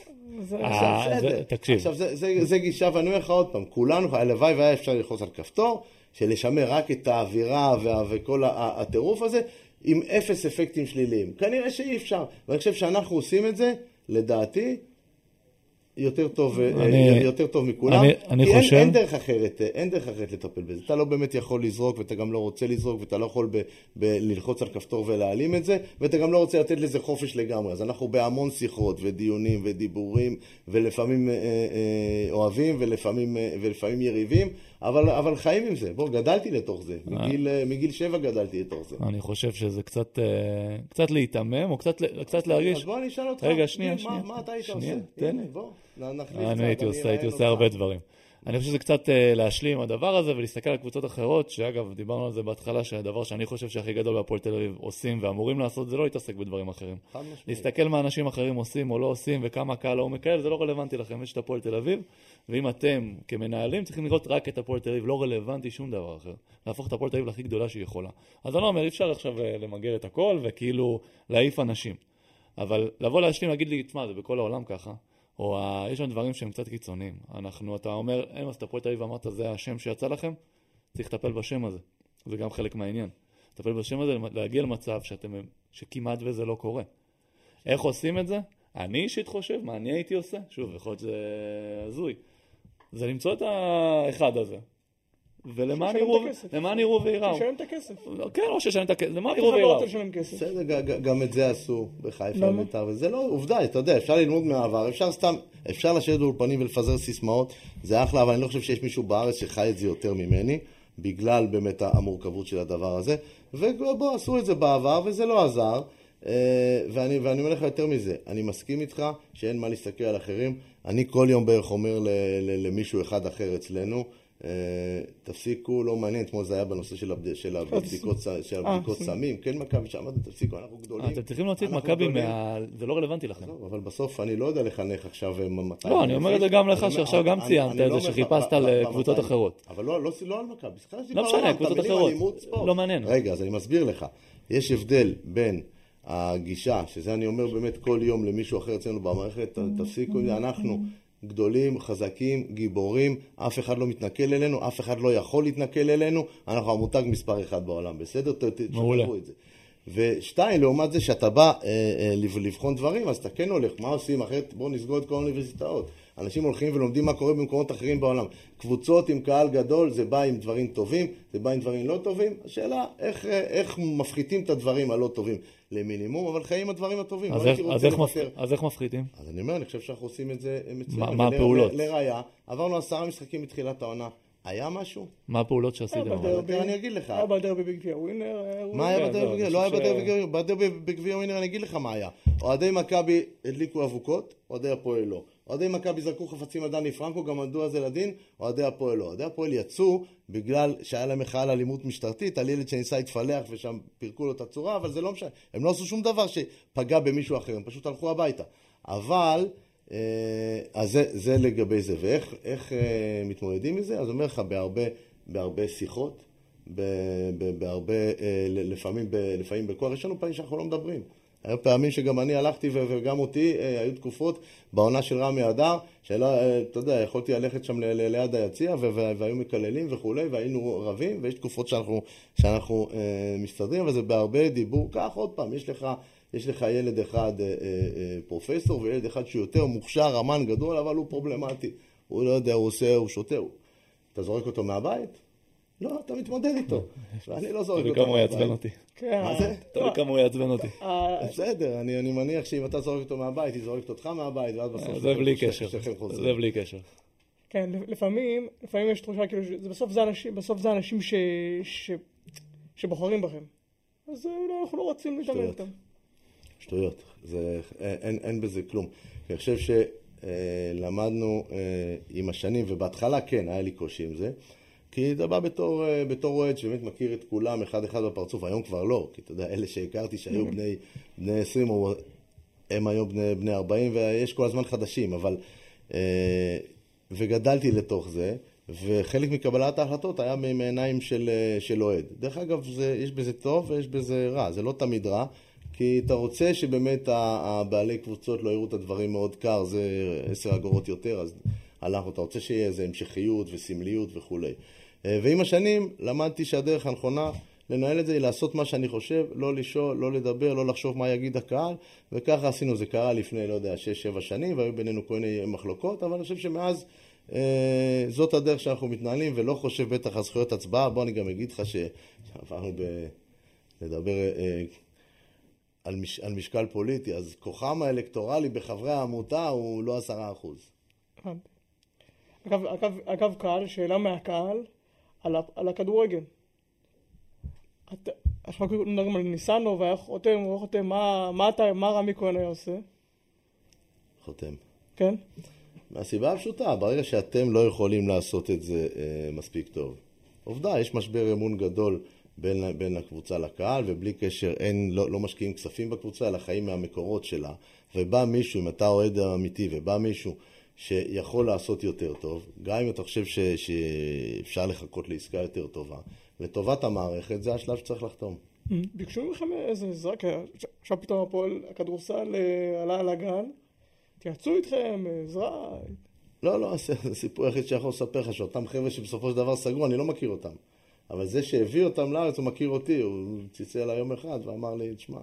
תקשיב. עכשיו, זה גישה, ואני אומר לך עוד פעם, כולנו, הלוואי והיה אפשר ללחוץ על כפתור, שלשמר רק את האווירה וכל הטירוף הזה, עם 0 אפקטים שליליים. כנראה שאי אפשר. ואני חושב שאנחנו עושים את זה, לדעתי, יותר טוב מכולם. אני חושב... אין דרך אחרת לטפל בזה. אתה לא באמת יכול לזרוק, ואתה גם לא רוצה לזרוק, ואתה לא יכול ללחוץ על כפתור ולהעלים את זה, ואתה גם לא רוצה לתת לזה חופש לגמרי. אז אנחנו בהמון שיחות ודיונים ודיבורים, ולפעמים אוהבים, ולפעמים יריבים, אבל חיים עם זה. בוא, גדלתי לתוך זה. מגיל 7 גדלתי לתוך זה. אני חושב שזה קצת להתאמם, או קצת להרגיש... אז בוא אני אשאל אותך. רגע, שנייה. מה אתה היית עושה? תן לי. בוא. אני הייתי עושה הרבה דברים. אני חושב שזה קצת להשלים עם הדבר הזה ולהסתכל על קבוצות אחרות, שאגב, דיברנו על זה בהתחלה, שהדבר שאני חושב שהכי גדול בהפועל תל אביב עושים ואמורים לעשות, זה לא להתעסק בדברים אחרים. להסתכל מה אנשים אחרים עושים או לא עושים וכמה קהל או מקהל, זה לא רלוונטי לכם, יש את הפועל תל אביב, ואם אתם כמנהלים צריכים לראות רק את הפועל תל אביב, לא רלוונטי שום דבר אחר. להפוך את הפועל תל אביב להכי גדולה שהיא יכולה. אז אני לא אומר, אפשר עכשיו למגר את הכל וכאילו להעיף אנשים. אבל לבוא להשלים, להגיד לי, תשמע, זה בכל העולם ככה. או יש לנו דברים שהם קצת קיצוניים. אתה אומר, אז אתה פועל תל אביב ואמרת, זה השם שיצא לכם, צריך לטפל בשם הזה. זה גם חלק מהעניין. לטפל בשם הזה, להגיע למצב שכמעט וזה לא קורה. איך עושים את זה? אני אישית חושב, מה אני הייתי עושה? שוב, יכול להיות שזה הזוי. זה למצוא את האחד הזה. ולמען יראו ויראו. ששלם את הכסף. כן, או ששלם את הכסף. למען יראו ויראו. בסדר, גם את זה עשו בחיפה ובית"ר, וזה לא עובדה, אתה יודע, אפשר ללמוד מהעבר, אפשר לשבת באולפנים ולפזר סיסמאות, זה אחלה, אבל אני לא חושב שיש מישהו בארץ שחי את זה יותר ממני, בגלל באמת המורכבות של הדבר הזה, ובוא, עשו את זה בעבר, וזה לא עזר, ואני אומר לך יותר מזה, אני מסכים איתך שאין מה להסתכל על אחרים, אני כל יום בערך אומר למישהו אחד אחר אצלנו, תפסיקו, לא מעניין, כמו זה היה בנושא של הבדיקות סמים, כן מכבי, שאמרת, תפסיקו, אנחנו גדולים. אתם צריכים להוציא את מכבי, זה לא רלוונטי לכם. אבל בסוף אני לא יודע לחנך עכשיו מתי. לא, אני אומר את זה גם לך, שעכשיו גם ציינת את זה, שחיפשת על קבוצות אחרות. אבל לא על מכבי. לא משנה, קבוצות אחרות. לא מעניין. רגע, אז אני מסביר לך. יש הבדל בין הגישה, שזה אני אומר באמת כל יום למישהו אחר אצלנו במערכת, תפסיקו, אנחנו גדולים, חזקים, גיבורים, אף אחד לא מתנכל אלינו, אף אחד לא יכול להתנכל אלינו, אנחנו המותג מספר 1 בעולם, בסדר? תשמעו את זה. ושתיים, לעומת זה שאתה בא לבחון דברים, אז אתה כן הולך, מה עושים? אחרת בואו נסגור את כל האוניברסיטאות. אנשים הולכים ולומדים מה קורה במקומות אחרים בעולם. קבוצות עם קהל גדול, זה בא עם דברים טובים, זה בא עם דברים לא טובים. השאלה, איך מפחיתים את הדברים הלא טובים למינימום, אבל חיים הדברים הטובים. אז איך מפחיתים? אז אני אומר, אני חושב שאנחנו עושים את זה מצוין. מה הפעולות? לראיה, עברנו 10 משחקים מתחילת העונה. היה משהו? מה הפעולות שעשיתם? אני אגיד לך. היה בדרבי בגביע ווינר. מה היה בדרבי בגביע? לא היה בדרבי בגביע ווינר, אני אגיד לך מה היה. אוהדי מכבי הדליקו אבוקות, אוהדי הפועל לא. אוהדי מכבי זרקו חפצים על דני פרנקו, גם עמדו על זה לדין, אוהדי הפועל לא. אוהדי הפועל יצאו בגלל שהיה להם מחאה על אלימות משטרתית, על ילד שניסה להתפלח ושם פירקו לו את הצורה, אבל זה לא משנה. הם לא עשו שום דבר שפגע במישהו אחר, הם פשוט הלכו הביתה. אבל, אז זה לגבי זה. ואיך מתמודדים מזה? אז אומר לך, בהרבה שיחות, לפעמים בכוח, יש לנו פעמים שאנחנו לא מדברים. היו פעמים שגם אני הלכתי וגם אותי, היו תקופות בעונה של רמי אדר, אתה יודע, יכולתי ללכת שם ליד היציע והיו מקללים וכולי, והיינו רבים, ויש תקופות שאנחנו מסתדרים, אבל זה בהרבה דיבור. כך עוד פעם, יש לך ילד אחד פרופסור, וילד אחד שהוא יותר מוכשר, אמן גדול, אבל הוא פרובלמטי. הוא לא יודע, הוא עושה, הוא שותה. אתה זורק אותו מהבית? לא, אתה מתמודד איתו. ואני לא זורק אותו. תראי כמה הוא יעצבן אותי. מה זה? תראי כמה הוא יעצבן אותי. בסדר, אני מניח שאם אתה זורק אותו מהבית, היא זורקת אותך מהבית, ואז בסוף... זה בלי קשר. זה בלי קשר. כן, לפעמים יש תחושה כאילו, בסוף זה אנשים שבוחרים בכם. אז אנחנו לא רוצים להתאמן איתם. שטויות. אין בזה כלום. אני חושב שלמדנו עם השנים, ובהתחלה כן, היה לי קושי עם זה, כי אתה בא בתור אוהד שבאמת מכיר את כולם אחד בפרצוף, היום כבר לא, כי אתה יודע, אלה שהכרתי שהיו בני 20, הם היום בני 40, ויש כל הזמן חדשים, אבל, וגדלתי לתוך זה, וחלק מקבלת ההחלטות היה מעיניים של אוהד. דרך אגב, יש בזה טוב ויש בזה רע, זה לא תמיד רע, כי אתה רוצה שבאמת הבעלי קבוצות לא יראו את הדברים מאוד קר, זה 10 אגורות יותר, אז אתה רוצה שיהיה איזו המשכיות וסמליות וכו'. ועם השנים למדתי שהדרך הנכונה לנהל את זה היא לעשות מה שאני חושב, לא לשאול, לא לדבר, לא לחשוב מה יגיד הקהל, וככה עשינו, זה קרה לפני, לא יודע, 6-7 שנים, והיו בינינו כל מיני מחלוקות, אבל אני חושב שמאז זאת הדרך שאנחנו מתנהלים, ולא חושב בטח על זכויות הצבעה. בוא אני גם אגיד לך שעברנו לדבר על משקל פוליטי, אז כוחם האלקטורלי בחברי העמותה הוא לא 10%. אגב קהל, שאלה מהקהל על הכדורגל. עכשיו נדברים על ניסנו, חותם, מה רמי כהן היה עושה? חותם. כן? מהסיבה הפשוטה, ברגע שאתם לא יכולים לעשות את זה מספיק טוב. עובדה, יש משבר אמון גדול בין הקבוצה לקהל, ובלי קשר לא משקיעים כספים בקבוצה, אלא חיים מהמקורות שלה. ובא מישהו, אם אתה אוהד אמיתי, ובא מישהו שיכול לעשות יותר טוב, גם אם אתה חושב שאפשר לחכות לעסקה יותר טובה, לטובת המערכת, זה השלב שצריך לחתום. ביקשו מכם איזה עזרה, עכשיו פתאום הפועל הכדורסל עלה על הגל, תייעצו איתכם, עזרה? לא, זה סיפור היחיד שיכול לספר לך, שאותם חבר'ה שבסופו של דבר סגרו, אני לא מכיר אותם. אבל זה שהביא אותם לארץ, הוא מכיר אותי, הוא ציצל היום אחד ואמר לי, תשמע,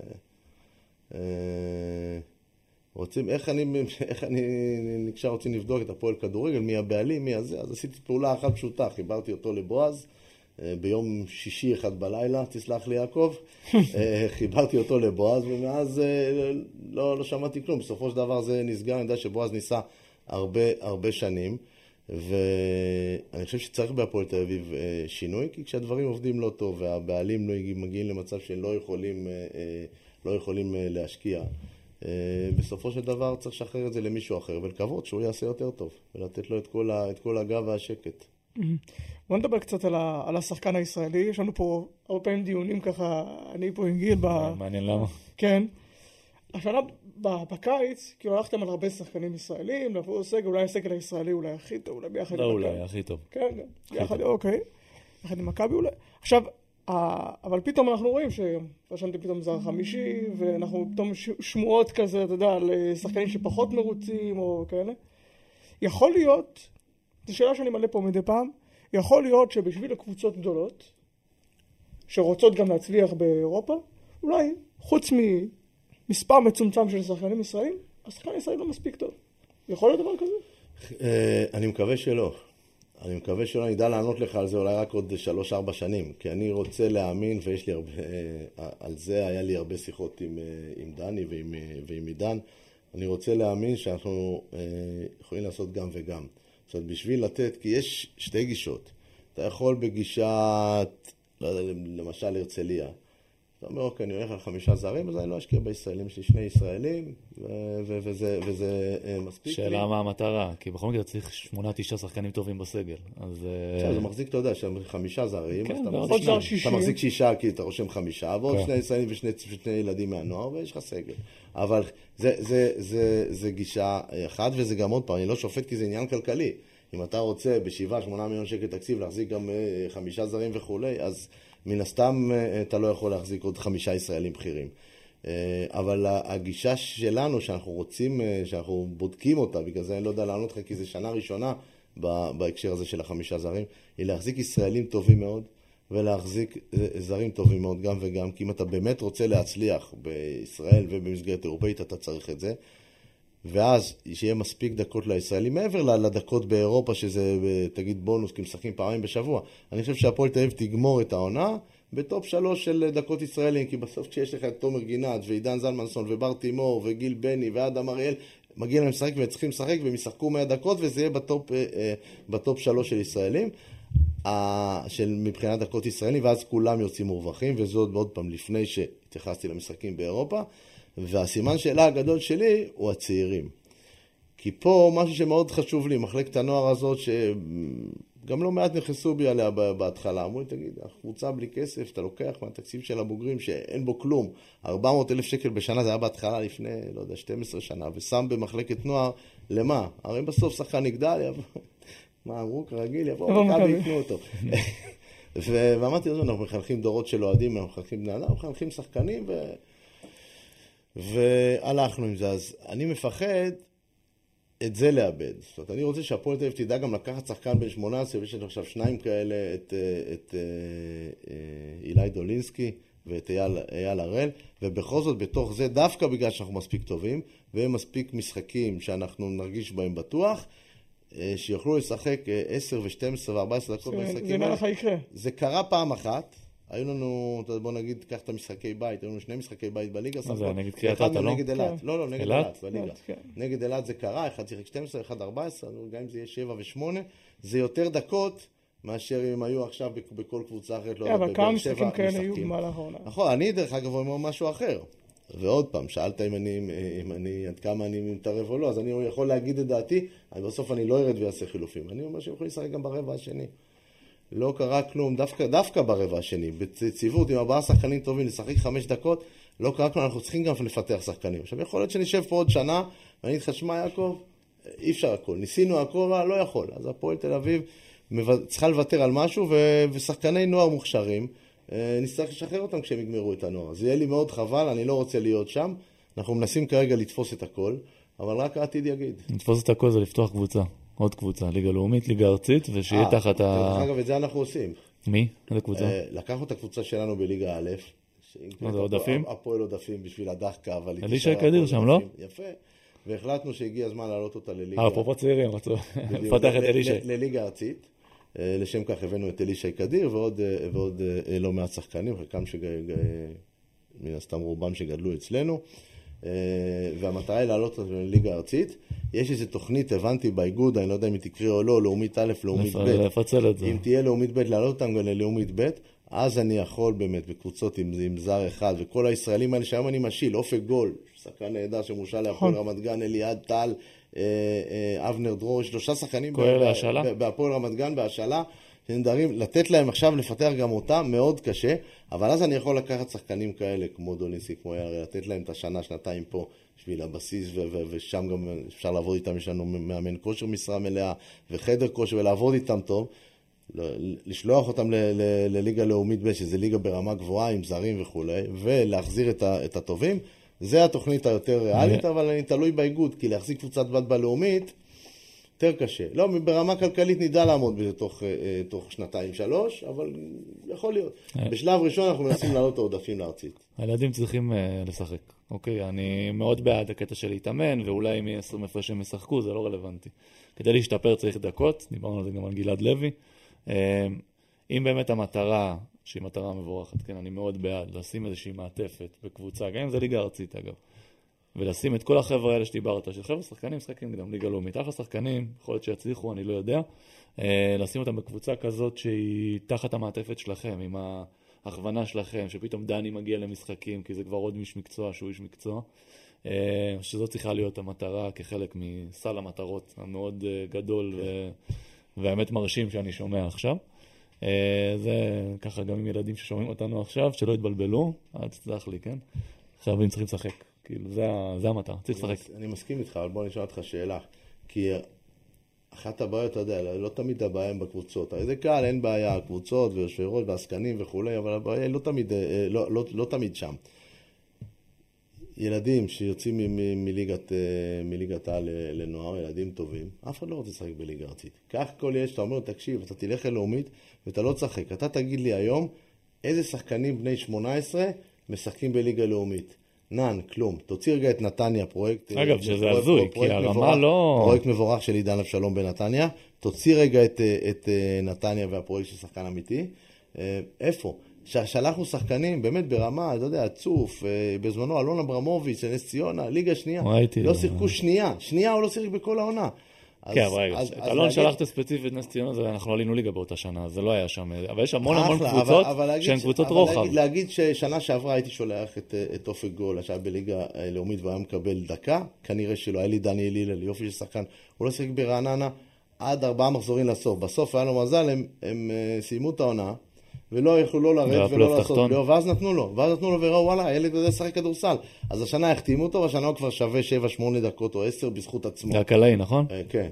רוצים, איך אני נקשר, רוצים לבדוק את הפועל כדורגל, מי הבעלים, מי הזה, אז עשיתי פעולה אחת פשוטה, חיברתי אותו לבועז, ביום שישי אחד בלילה, תסלח לי יעקב, חיברתי אותו לבועז, ומאז לא שמעתי כלום, בסופו של דבר זה נסגר, אני יודע שבועז ניסה הרבה שנים, ואני חושב שצריך בהפועל תל אביב שינוי, כי כשהדברים עובדים לא טוב, והבעלים לא מגיעים למצב שהם לא יכולים להשקיע, בסופו של דבר צריך לשחרר את זה למישהו אחר, ולקוות שהוא יעשה יותר טוב, ולתת לו את כל הגב והשקט. בוא נדבר קצת על השחקן הישראלי, יש לנו פה הרבה פעמים דיונים ככה, אני פה עם גיל מעניין למה. כן. השנה בקיץ, כי הלכתם על הרבה שחקנים ישראלים, לבוא סגל, אולי הסגל הישראלי אולי הכי טוב, אולי ביחד עם מכבי. לא, אולי הכי טוב. כן, ביחד, אוקיי. ביחד עם מכבי אולי. עכשיו, אבל פתאום אנחנו רואים שפרשנתי פתאום זר חמישי, ואנחנו פתאום שמועות כזה, אתה יודע, על שחקנים שפחות מרוצים או כאלה. יכול להיות, זו שאלה שאני מלא פה מדי פעם, יכול להיות שבשביל הקבוצות גדולות, שרוצות גם להצליח באירופה, אולי חוץ ממספר מצומצם של שחקנים ישראלים, השחקן הישראלי לא מספיק טוב. יכול להיות דבר כזה? אני מקווה שלא. אני מקווה שלא נדע לענות לך על זה אולי רק עוד 3-4 שנים, כי אני רוצה להאמין, ויש לי הרבה, על זה היה לי הרבה שיחות עם דני ועם עידן, אני רוצה להאמין שאנחנו יכולים לעשות גם וגם. זאת אומרת, בשביל לתת, כי יש שתי גישות. אתה יכול בגישת, לא יודע, למשל הרצליה. אתה אומר, אוקיי, אני הולך על 5 זרים, אז אני לא אשקיע בישראלים, יש לי 2 ישראלים, וזה מספיק. שאלה מה המטרה, כי בכל מקרה צריך 8-9 שחקנים טובים בסגל. אז זה מחזיק, אתה יודע, שם 5 זרים, כן, אז אתה מחזיק 6, כי אתה רושם 5, ועוד 2 ישראלים ושני ילדים מהנוער, ויש לך סגל. אבל זה גישה אחת, וזה גם עוד פעם, אני לא שופט כי זה עניין כלכלי. אם אתה רוצה ב7-8 מיליון שקל תקציב להחזיק גם 5 זרים וכולי, אז מן הסתם אתה לא יכול להחזיק עוד 5 ישראלים בכירים. אבל הגישה שלנו, שאנחנו רוצים, שאנחנו בודקים אותה, בגלל זה אני לא יודע לענות לך, כי זה שנה ראשונה בהקשר הזה של 5 זרים, היא להחזיק ישראלים טובים מאוד, ולהחזיק זרים טובים מאוד גם וגם, כי אם אתה באמת רוצה להצליח בישראל ובמסגרת אירופאית, אתה צריך את זה. ואז שיהיה מספיק דקות לישראלים, מעבר לדקות באירופה, שזה, תגיד, בונוס, כי משחקים פעמים בשבוע. אני חושב שהפועל תל אביב תגמור את העונה בטופ 3 של דקות ישראלים, כי בסוף כשיש לך את תומר גינת, ועידן זלמנסון, ובר תימור, וגיל בני, ואדם אריאל, מגיע להם לשחק והם צריכים לשחק, והם ישחקו 100 דקות, וזה יהיה בטופ 3 של ישראלים, מבחינת דקות ישראלים, ואז כולם יוצאים מורווחים, וזאת עוד פעם לפני שהתייחסתי למשחקים באירופה. והסימן שאלה הגדול שלי הוא הצעירים. כי פה משהו שמאוד חשוב לי, מחלקת הנוער הזאת, שגם לא מעט נכנסו בי עליה בהתחלה. אמרו לי, תגיד, הקבוצה בלי כסף, אתה לוקח מהתקציב של הבוגרים שאין בו כלום. 400,000 שקל בשנה, זה היה בהתחלה לפני, לא יודע, 12 שנה, ושם במחלקת נוער, למה? הרי בסוף שחקן יגדל, מה אמרו? כרגיל, יבואו, מכבי יקנו אותו. ואמרתי, אנחנו מחנכים דורות של אוהדים, אנחנו מחנכים בני אדם, אנחנו מחנכים שחקנים והלכנו עם זה. אז אני מפחד את זה לאבד. זאת אומרת, אני רוצה שהפועל תל אביב תדע גם לקחת שחקן בן 18, ויש לנו עכשיו 2 כאלה, את אילי דולינסקי ואת אייל הראל, ובכל זאת בתוך זה, דווקא בגלל שאנחנו מספיק טובים, והם מספיק משחקים שאנחנו נרגיש בהם בטוח, שיוכלו לשחק 10 ו-12 ו-14 דקות במשחקים. זה מה לך יקרה. זה קרה פעם אחת. היו לנו, בוא נגיד, קח את המשחקי בית, היו לנו 2 משחקי בית בליגה. מה זה, נגד קריית אתא, לא? נגד אלת. לא, נגד אלת, בליגה. כן. נגד אלת זה קרה, 1 שיחק 12, 1 14, גם אם זה יהיה 7 ו-8, זה יותר דקות מאשר אם היו עכשיו בכל קבוצה אחרת. אבל כמה משחקים כאלה היו במהלך העונה. נכון, אני דרך אגב אומר משהו אחר. ועוד פעם, שאלת אם אני, עד כמה אני מתערב או לא, אז אני יכול להגיד את דעתי, בסוף אני לא ארד ויעשה חילופים. אני אומר שיכול לשחק גם ברבע השני. לא קרה כלום, דווקא ברבע השני, בציוות עם 4 שחקנים טובים, לשחק 5 דקות, לא קרה כלום, אנחנו צריכים גם לפתח שחקנים. עכשיו, יכול להיות שנשב פה עוד שנה, ואני אגיד לך, שמע יעקב, אי אפשר הכל, ניסינו הכל, לא יכול. אז הפועל תל אביב צריכה לוותר על משהו, ושחקני נוער מוכשרים, נצטרך לשחרר אותם כשהם יגמרו את הנוער. זה יהיה לי מאוד חבל, אני לא רוצה להיות שם, אנחנו מנסים כרגע לתפוס את הכל, אבל רק העתיד יגיד. לתפוס את הכל זה לפתוח קבוצה. עוד קבוצה, ליגה לאומית, ליגה ארצית, ושיהיה תחת דרך אגב, את זה אנחנו עושים. מי? איזה קבוצה? לקחנו את הקבוצה שלנו בליגה א', מה זה, עודפים? הפועל עודפים בשביל הדחקה, אבל... אלישע קדיר שם, לא? יפה. והחלטנו שהגיע הזמן להעלות אותה לליגה... אפרופו צעירים, רצו לפתח את אלישע. לליגה ארצית. לשם כך הבאנו את אלישע קדיר, ועוד לא מעט שחקנים, חלקם מן הסתם רובם שגדלו אצלנו. והמטרה היא לעלות לליגה ארצית. יש איזו תוכנית, הבנתי באיגוד, אני לא יודע אם היא תקריא או לא, לאומית א', לאומית ב'. לפצל את זה. אם תהיה לאומית ב', לעלות אותם גם ללאומית ב', אז אני יכול באמת בקבוצות עם זר אחד, וכל הישראלים האלה שהיום אני משיל, אופק גול, שחקן נהדר שמושל להפועל רמת גן, אליעד טל, אבנר דרור, 3 שחקנים בהפועל רמת גן בהשאלה, שנדרים לתת להם עכשיו לפתח גם אותם, מאוד קשה, אבל אז אני יכול לקחת שחקנים כאלה, כמו דולינסקי, כמו יארי, לתת להם את השנה, שנתיים פה, בשביל הבסיס, ושם גם אפשר לעבוד איתם, יש לנו מאמן כושר משרה מלאה, וחדר כושר, ולעבוד איתם טוב, לשלוח אותם לליגה לאומית ב', שזה ליגה ברמה גבוהה, עם זרים וכו', ולהחזיר את הטובים, זה התוכנית היותר ריאלית, אבל אני תלוי באיגוד, כי להחזיק קבוצת בת בלאומית, יותר קשה. לא, ברמה כלכלית נדע לעמוד בזה תוך 2-3, אבל יכול להיות. בשלב ראשון אנחנו מנסים לעלות את העודפים לארצית. הילדים צריכים לשחק. אוקיי, אני מאוד בעד הקטע של להתאמן, ואולי אם יהיה 20 הפרש שהם ישחקו, זה לא רלוונטי. כדי להשתפר צריך דקות, דיברנו על זה גם על גלעד לוי. אם באמת המטרה, שהיא מטרה מבורכת, כן, אני מאוד בעד לשים איזושהי מעטפת בקבוצה, גם אם זה ליגה ארצית אגב. ולשים את כל החבר'ה האלה שדיברת, של חבר'ה שחקנים, משחקים גם ליגה לאומית, אחלה שחקנים, יכול להיות שיצליחו, אני לא יודע, לשים אותם בקבוצה כזאת שהיא תחת המעטפת שלכם, עם ההכוונה שלכם, שפתאום דני מגיע למשחקים, כי זה כבר עוד איש מקצוע שהוא איש מקצוע, שזאת צריכה להיות המטרה כחלק מסל המטרות המאוד גדול והאמת מרשים שאני שומע עכשיו. זה ככה גם עם ילדים ששומעים אותנו עכשיו, שלא יתבלבלו, תסלח לי, כן? עכשיו הם צריכים לשחק, כאילו זה המטרה, צריך לשחק. אני מסכים איתך, אבל בוא נשאל אותך שאלה, כי אחת הבעיות, אתה יודע, לא תמיד הבעיה הם בקבוצות, הרי זה קל, אין בעיה, קבוצות ויושבי ראש ועסקנים וכולי, אבל הבעיה היא לא תמיד שם. ילדים שיוצאים מליגת העל לנוער, ילדים טובים, אף אחד לא רוצה לשחק בליגה ארצית. כך כל יש, אתה אומר, תקשיב, אתה תלך ללאומית ואתה לא תשחק. אתה תגיד לי היום, איזה שחקנים בני 18 משחקים בליגה לאומית? נען, כלום. תוציא רגע את נתניה, פרויקט... אגב, שזה הזוי, כי הרמה לא... פרויקט מבורך של עידן אבשלום בנתניה. תוציא רגע את נתניה והפרויקט של שחקן אמיתי. איפה? שלחנו שחקנים באמת ברמה, אתה יודע, צוף, בזמנו אלון אברמוביץ', נס ציונה, ליגה שנייה. לא שיחקו שנייה הוא לא שיחק בכל העונה. כן, אבל רגע, אלון שלחת ספציפית נס ציונה, אנחנו עלינו ליגה באותה שנה, זה לא היה שם, אבל יש המון קבוצות שהן קבוצות רוחב. להגיד ששנה שעברה הייתי שולח את אופק גול, שהיה בליגה לאומית והיה מקבל דקה, כנראה שלא, היה לי דני אליל, יופי של שחקן, הוא לא שיחק ברעננה עד 4 מחזורים לסוף. בסוף היה לו מזל, הם סיימו את העונה, ולא יכלו לא לרדת ולא לעשות בלו, ואז נתנו לו וראו, וואלה, הילד הזה שחק כדורסל. אז השנה החתימו אותו, והשנה הוא כבר שווה 7-8 דקות או 10 בזכות עצמו. זה הקלעי, נכון? כן,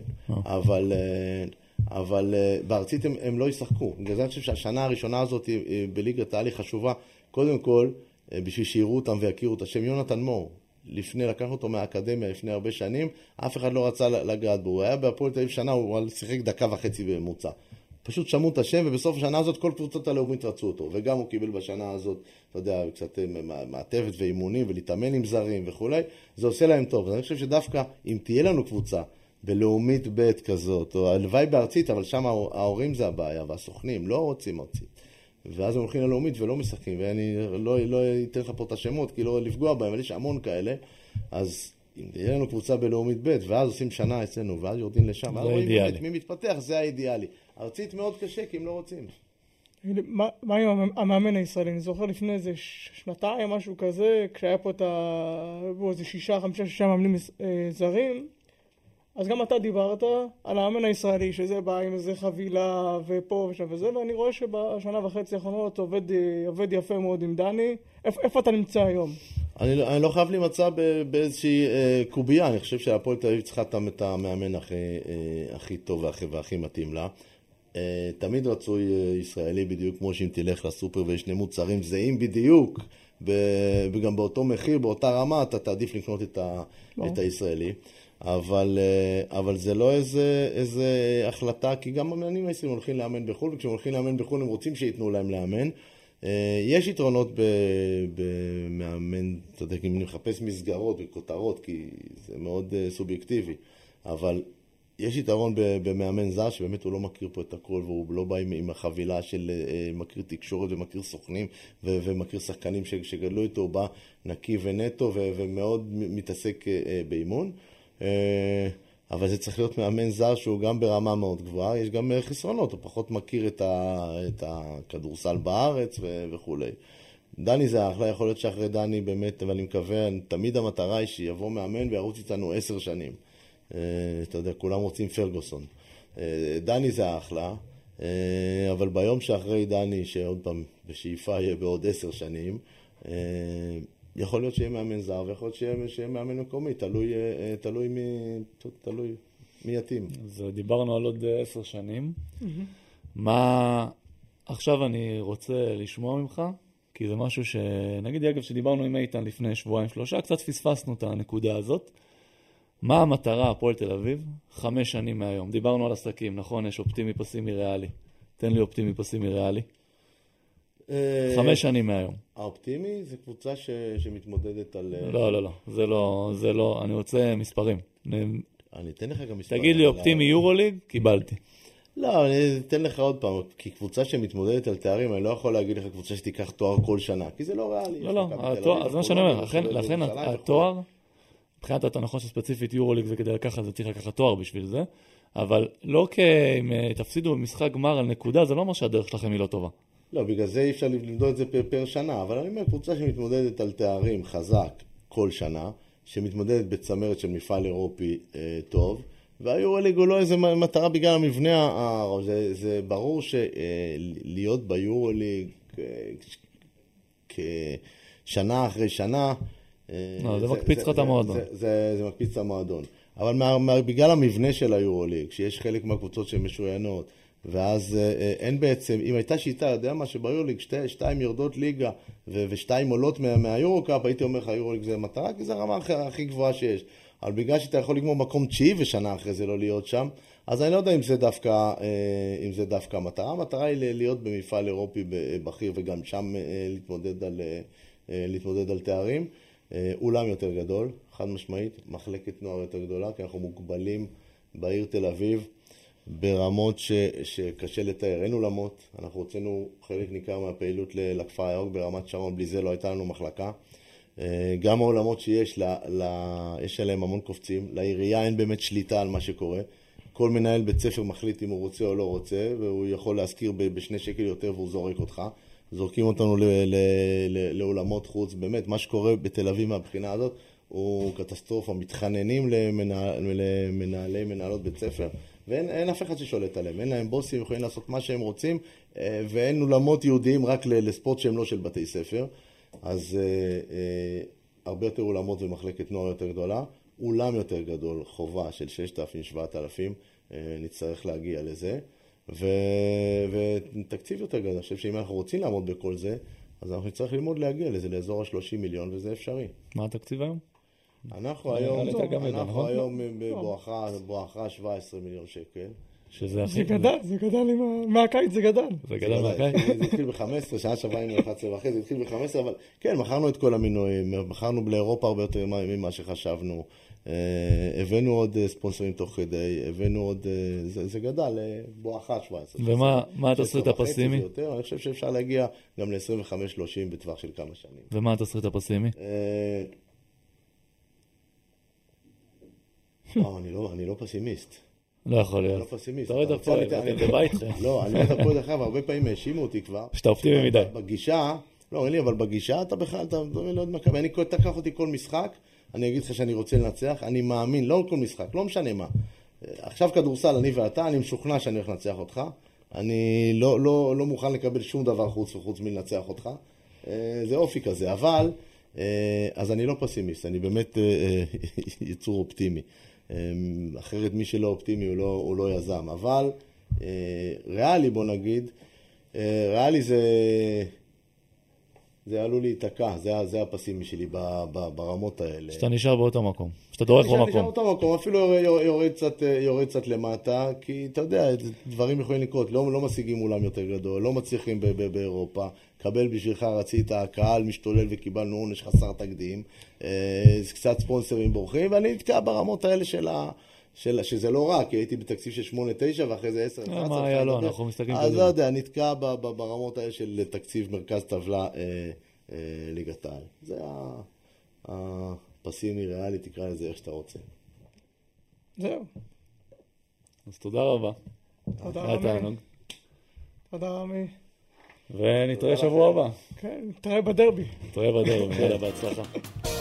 אבל בארצית הם לא ישחקו. בגלל זה אני חושב שהשנה הראשונה הזאת בליגת העל היא חשובה, קודם כל, בשביל שיראו אותם ויכירו את השם יונתן מור. לקח אותו מהאקדמיה לפני הרבה שנים, אף אחד לא רצה לגעת בו. הוא היה בהפועל תל אביב שנה, הוא שיחק 1.5 דקות בממוצע. פשוט שמעו את השם, ובסוף השנה הזאת כל קבוצות הלאומית רצו אותו, וגם הוא קיבל בשנה הזאת, אתה יודע, קצת מעטפת ואימונים, ולהתאמן עם זרים וכולי, זה עושה להם טוב. אז אני חושב שדווקא אם תהיה לנו קבוצה בלאומית ב' כזאת, או הלוואי בארצית, אבל שם ההורים זה הבעיה, והסוכנים לא רוצים ארצית. ואז הם הולכים ללאומית ולא משחקים, ואני לא אתן לך פה את השמות, כי לא לפגוע בהם, אבל יש המון כאלה, אז... אם תהיה לנו קבוצה בלאומית ב' ואז עושים שנה אצלנו, ואז יורדים לשם, זה האידיאלי. מי מתפתח, זה האידיאלי. ארצית מאוד קשה, כי הם לא רוצים. מה עם המאמן הישראלי? אני זוכר לפני איזה 2 משהו כזה, כשהיה פה את איזה 6 מאמנים זרים, אז גם אתה דיברת על המאמן הישראלי, שזה בא עם איזה חבילה ופה ושם וזה, ואני רואה שבשנה וחצי האחרונות עובד יפה מאוד עם דני. איפה אתה נמצא היום? אני לא חייב להימצא באיזושהי קובייה, אני חושב שהפועל תל אביב צריכה את המאמן הכי טוב והכי מתאים לה. תמיד רצוי ישראלי בדיוק כמו שאם תלך לסופר ויש 2 מוצרים זהים בדיוק, וגם באותו מחיר, באותה רמה, אתה תעדיף לקנות את הישראלי. אבל זה לא איזה החלטה, כי גם המאמנים הישראלים הולכים לאמן בחו"ל, וכשהם הולכים לאמן בחו"ל הם רוצים שיתנו להם לאמן. יש יתרונות במאמן, אתה יודע, אם נחפש מסגרות וכותרות, כי זה מאוד סובייקטיבי, אבל יש יתרון במאמן זר שבאמת הוא לא מכיר פה את הכל, והוא לא בא עם החבילה של מכיר תקשורת ומכיר סוכנים ומכיר שחקנים שגדלו איתו, הוא בא נקי ונטו ומאוד מתעסק באימון. אבל זה צריך להיות מאמן זר שהוא גם ברמה מאוד גבוהה, יש גם חסרונות, הוא פחות מכיר את הכדורסל בארץ וכו'. דני זה אחלה, יכול להיות שאחרי דני באמת, אבל אני מקווה, תמיד המטרה היא שיבוא מאמן וירוץ איתנו 10 שנים. אתה יודע, כולם רוצים פרגוסון. דני זה אחלה, אבל ביום שאחרי דני, שעוד פעם בשאיפה יהיה בעוד 10 שנים, יכול להיות שיהיה מאמן זר, ויכול להיות שיהיה מאמן מקומי, תלוי מי יתאים. אז דיברנו על עוד 10 שנים. מה עכשיו אני רוצה לשמוע ממך? כי זה משהו נגיד אגב שדיברנו עם איתן לפני 2-3, קצת פספסנו את הנקודה הזאת. מה המטרה הפועל תל אביב? 5 שנים מהיום. דיברנו על עסקים, נכון? יש אופטימי פסימי ריאלי. תן לי אופטימי פסימי ריאלי. 5 שנים מהיום. האופטימי זה קבוצה שמתמודדת על... לא, זה לא, אני רוצה מספרים. אני אתן לך גם מספרים. תגיד לי אופטימי יורוליג, קיבלתי. לא, אני אתן לך עוד פעם, כי קבוצה שמתמודדת על תארים, אני לא יכול להגיד לך קבוצה שתיקח תואר כל שנה, כי זה לא ריאלי. לא, אז מה שאני אומר, לכן התואר, מבחינת אתה נכון שספציפית יורוליג זה כדי לקחת, זה צריך לקחת תואר בשביל זה, אבל לא אם תפסידו במשחק גמר על נקודה, זה לא אומר שהדרך שלכם היא לא טובה. לא, בגלל זה אי אפשר למדוד את זה פר שנה, אבל אני אומר, קבוצה שמתמודדת על תארים חזק כל שנה, שמתמודדת בצמרת של מפעל אירופי טוב, והיורוליג הוא לא איזה מטרה בגלל המבנה, זה ברור שלהיות ביורוליג כשנה אחרי שנה, זה מקפיץ לך את המועדון. זה מקפיץ את המועדון. אבל בגלל המבנה של היורוליג, שיש חלק מהקבוצות שהן משוריינות, ואז אין בעצם, אם הייתה שיטה, יודע מה, שביורוליג שתיים יורדות ליגה ושתיים עולות מהיורוקאפ, הייתי אומר לך, היורוליג זה מטרה, כי זה הרמה הכי גבוהה שיש. אבל בגלל שאתה יכול לגמור מקום 9 ושנה אחרי זה לא להיות שם, אז אני לא יודע אם זה דווקא המטרה. המטרה היא להיות במפעל אירופי בכיר וגם שם להתמודד על תארים. אולם יותר גדול, חד משמעית, מחלקת נוער יותר גדולה, כי אנחנו מוגבלים בעיר תל אביב ברמות שקשה לתאר. אין אולמות, אנחנו הוצאנו חלק ניכר מהפעילות לכפר הירוק ברמת שרון, בלי זה לא הייתה לנו מחלקה. גם העולמות שיש עליהם המון קופצים, לעירייה אין באמת שליטה על מה שקורה. כל מנהל בית ספר מחליט אם הוא רוצה או לא רוצה, והוא יכול להזכיר ב2 שקל יותר והוא זורק אותך. זורקים אותנו לעולמות חוץ. באמת, מה שקורה בתל אביב מהבחינה הזאת הוא קטסטרופה. מתחננים למנהלי מנהלות בית ספר, ואין אף אחד ששולט עליהם. אין להם בוסים, יכולים לעשות מה שהם רוצים, ואין אולמות יהודיים רק לספורט שהם לא של בתי ספר. אז הרבה יותר אולמות ומחלקת נוער יותר גדולה. אולם יותר גדול, חובה של 6,000-7,000, נצטרך להגיע לזה. ותקציב יותר גדול. אני חושב שאם אנחנו רוצים לעמוד בכל זה, אז אנחנו נצטרך ללמוד להגיע לזה, לאזור ה-30 מיליון, וזה אפשרי. מה התקציב היום? אנחנו היום בואכה 17 מיליון שקל. שזה זה גדל מהקיץ, זה גדל. זה גדל מהקיץ? זה התחיל ב-15, שנה שעברה היינו 11 וחצי, זה התחיל ב-15, אבל כן, מכרנו את כל המינויים, מכרנו לאירופה הרבה יותר ממה שחשבנו, הבאנו עוד ספונסרים תוך כדי, הבאנו עוד, זה גדל, בואכה 17. ומה התסריט הפסימי? אני חושב שאפשר להגיע גם ל-25-30 בטווח של כמה שנים. ומה התסריט הפסימי? אני לא פסימיסט. לא יכול להיות. אני לא פסימיסט. אתה רואה את הפועל, אני בא איתך. לא, אני לא יודע הפועל אחר, והרבה פעמים האשימו אותי כבר. שאתה אופטימי מדי. בגישה, לא, אין לי, אבל בגישה אתה בכלל, אתה לא יודע מה קרה. אני תקח אותי כל משחק, אני אגיד לך שאני רוצה לנצח, אני מאמין, לא כל משחק, לא משנה מה. עכשיו כדורסל, אני ואתה, אני משוכנע שאני הולך לנצח אותך. אני לא מוכן לקבל שום דבר חוץ מלנצח אותך. זה אופי כזה, אבל, אז אני לא פסימיסט, אני באמת יצור אופטימי. אחרת מי שלא אופטימי הוא לא יזם, אבל ריאלי, בוא נגיד, ריאלי זה עלול להיתקע, זה הפסימי שלי ברמות האלה. שאתה נשאר באותו מקום, שאתה דורך במקום. נשאר באותו מקום, אפילו יורד קצת למטה, כי אתה יודע, דברים יכולים לקרות, לא משיגים אולם יותר גדול, לא מצליחים באירופה, קבל בשבילך רצית, הקהל משתולל וקיבלנו עונש חסר תקדים, קצת ספונסרים בורחים, ואני נתקע ברמות האלה שזה לא רע, כי הייתי בתקציב של 8-9 ואחרי זה 10. מה היה לו, אנחנו מסתכלים אז לא יודע, נתקע ברמות האלה של תקציב מרכז טבלה ליגת העל. זה הפסימי ריאלי, תקרא לזה איך שאתה רוצה. זהו. אז תודה רבה. תודה רמי. תודה רמי. ונתראה שבוע הבא. כן, נתראה בדרבי. נתראה בדרבי, בהצלחה.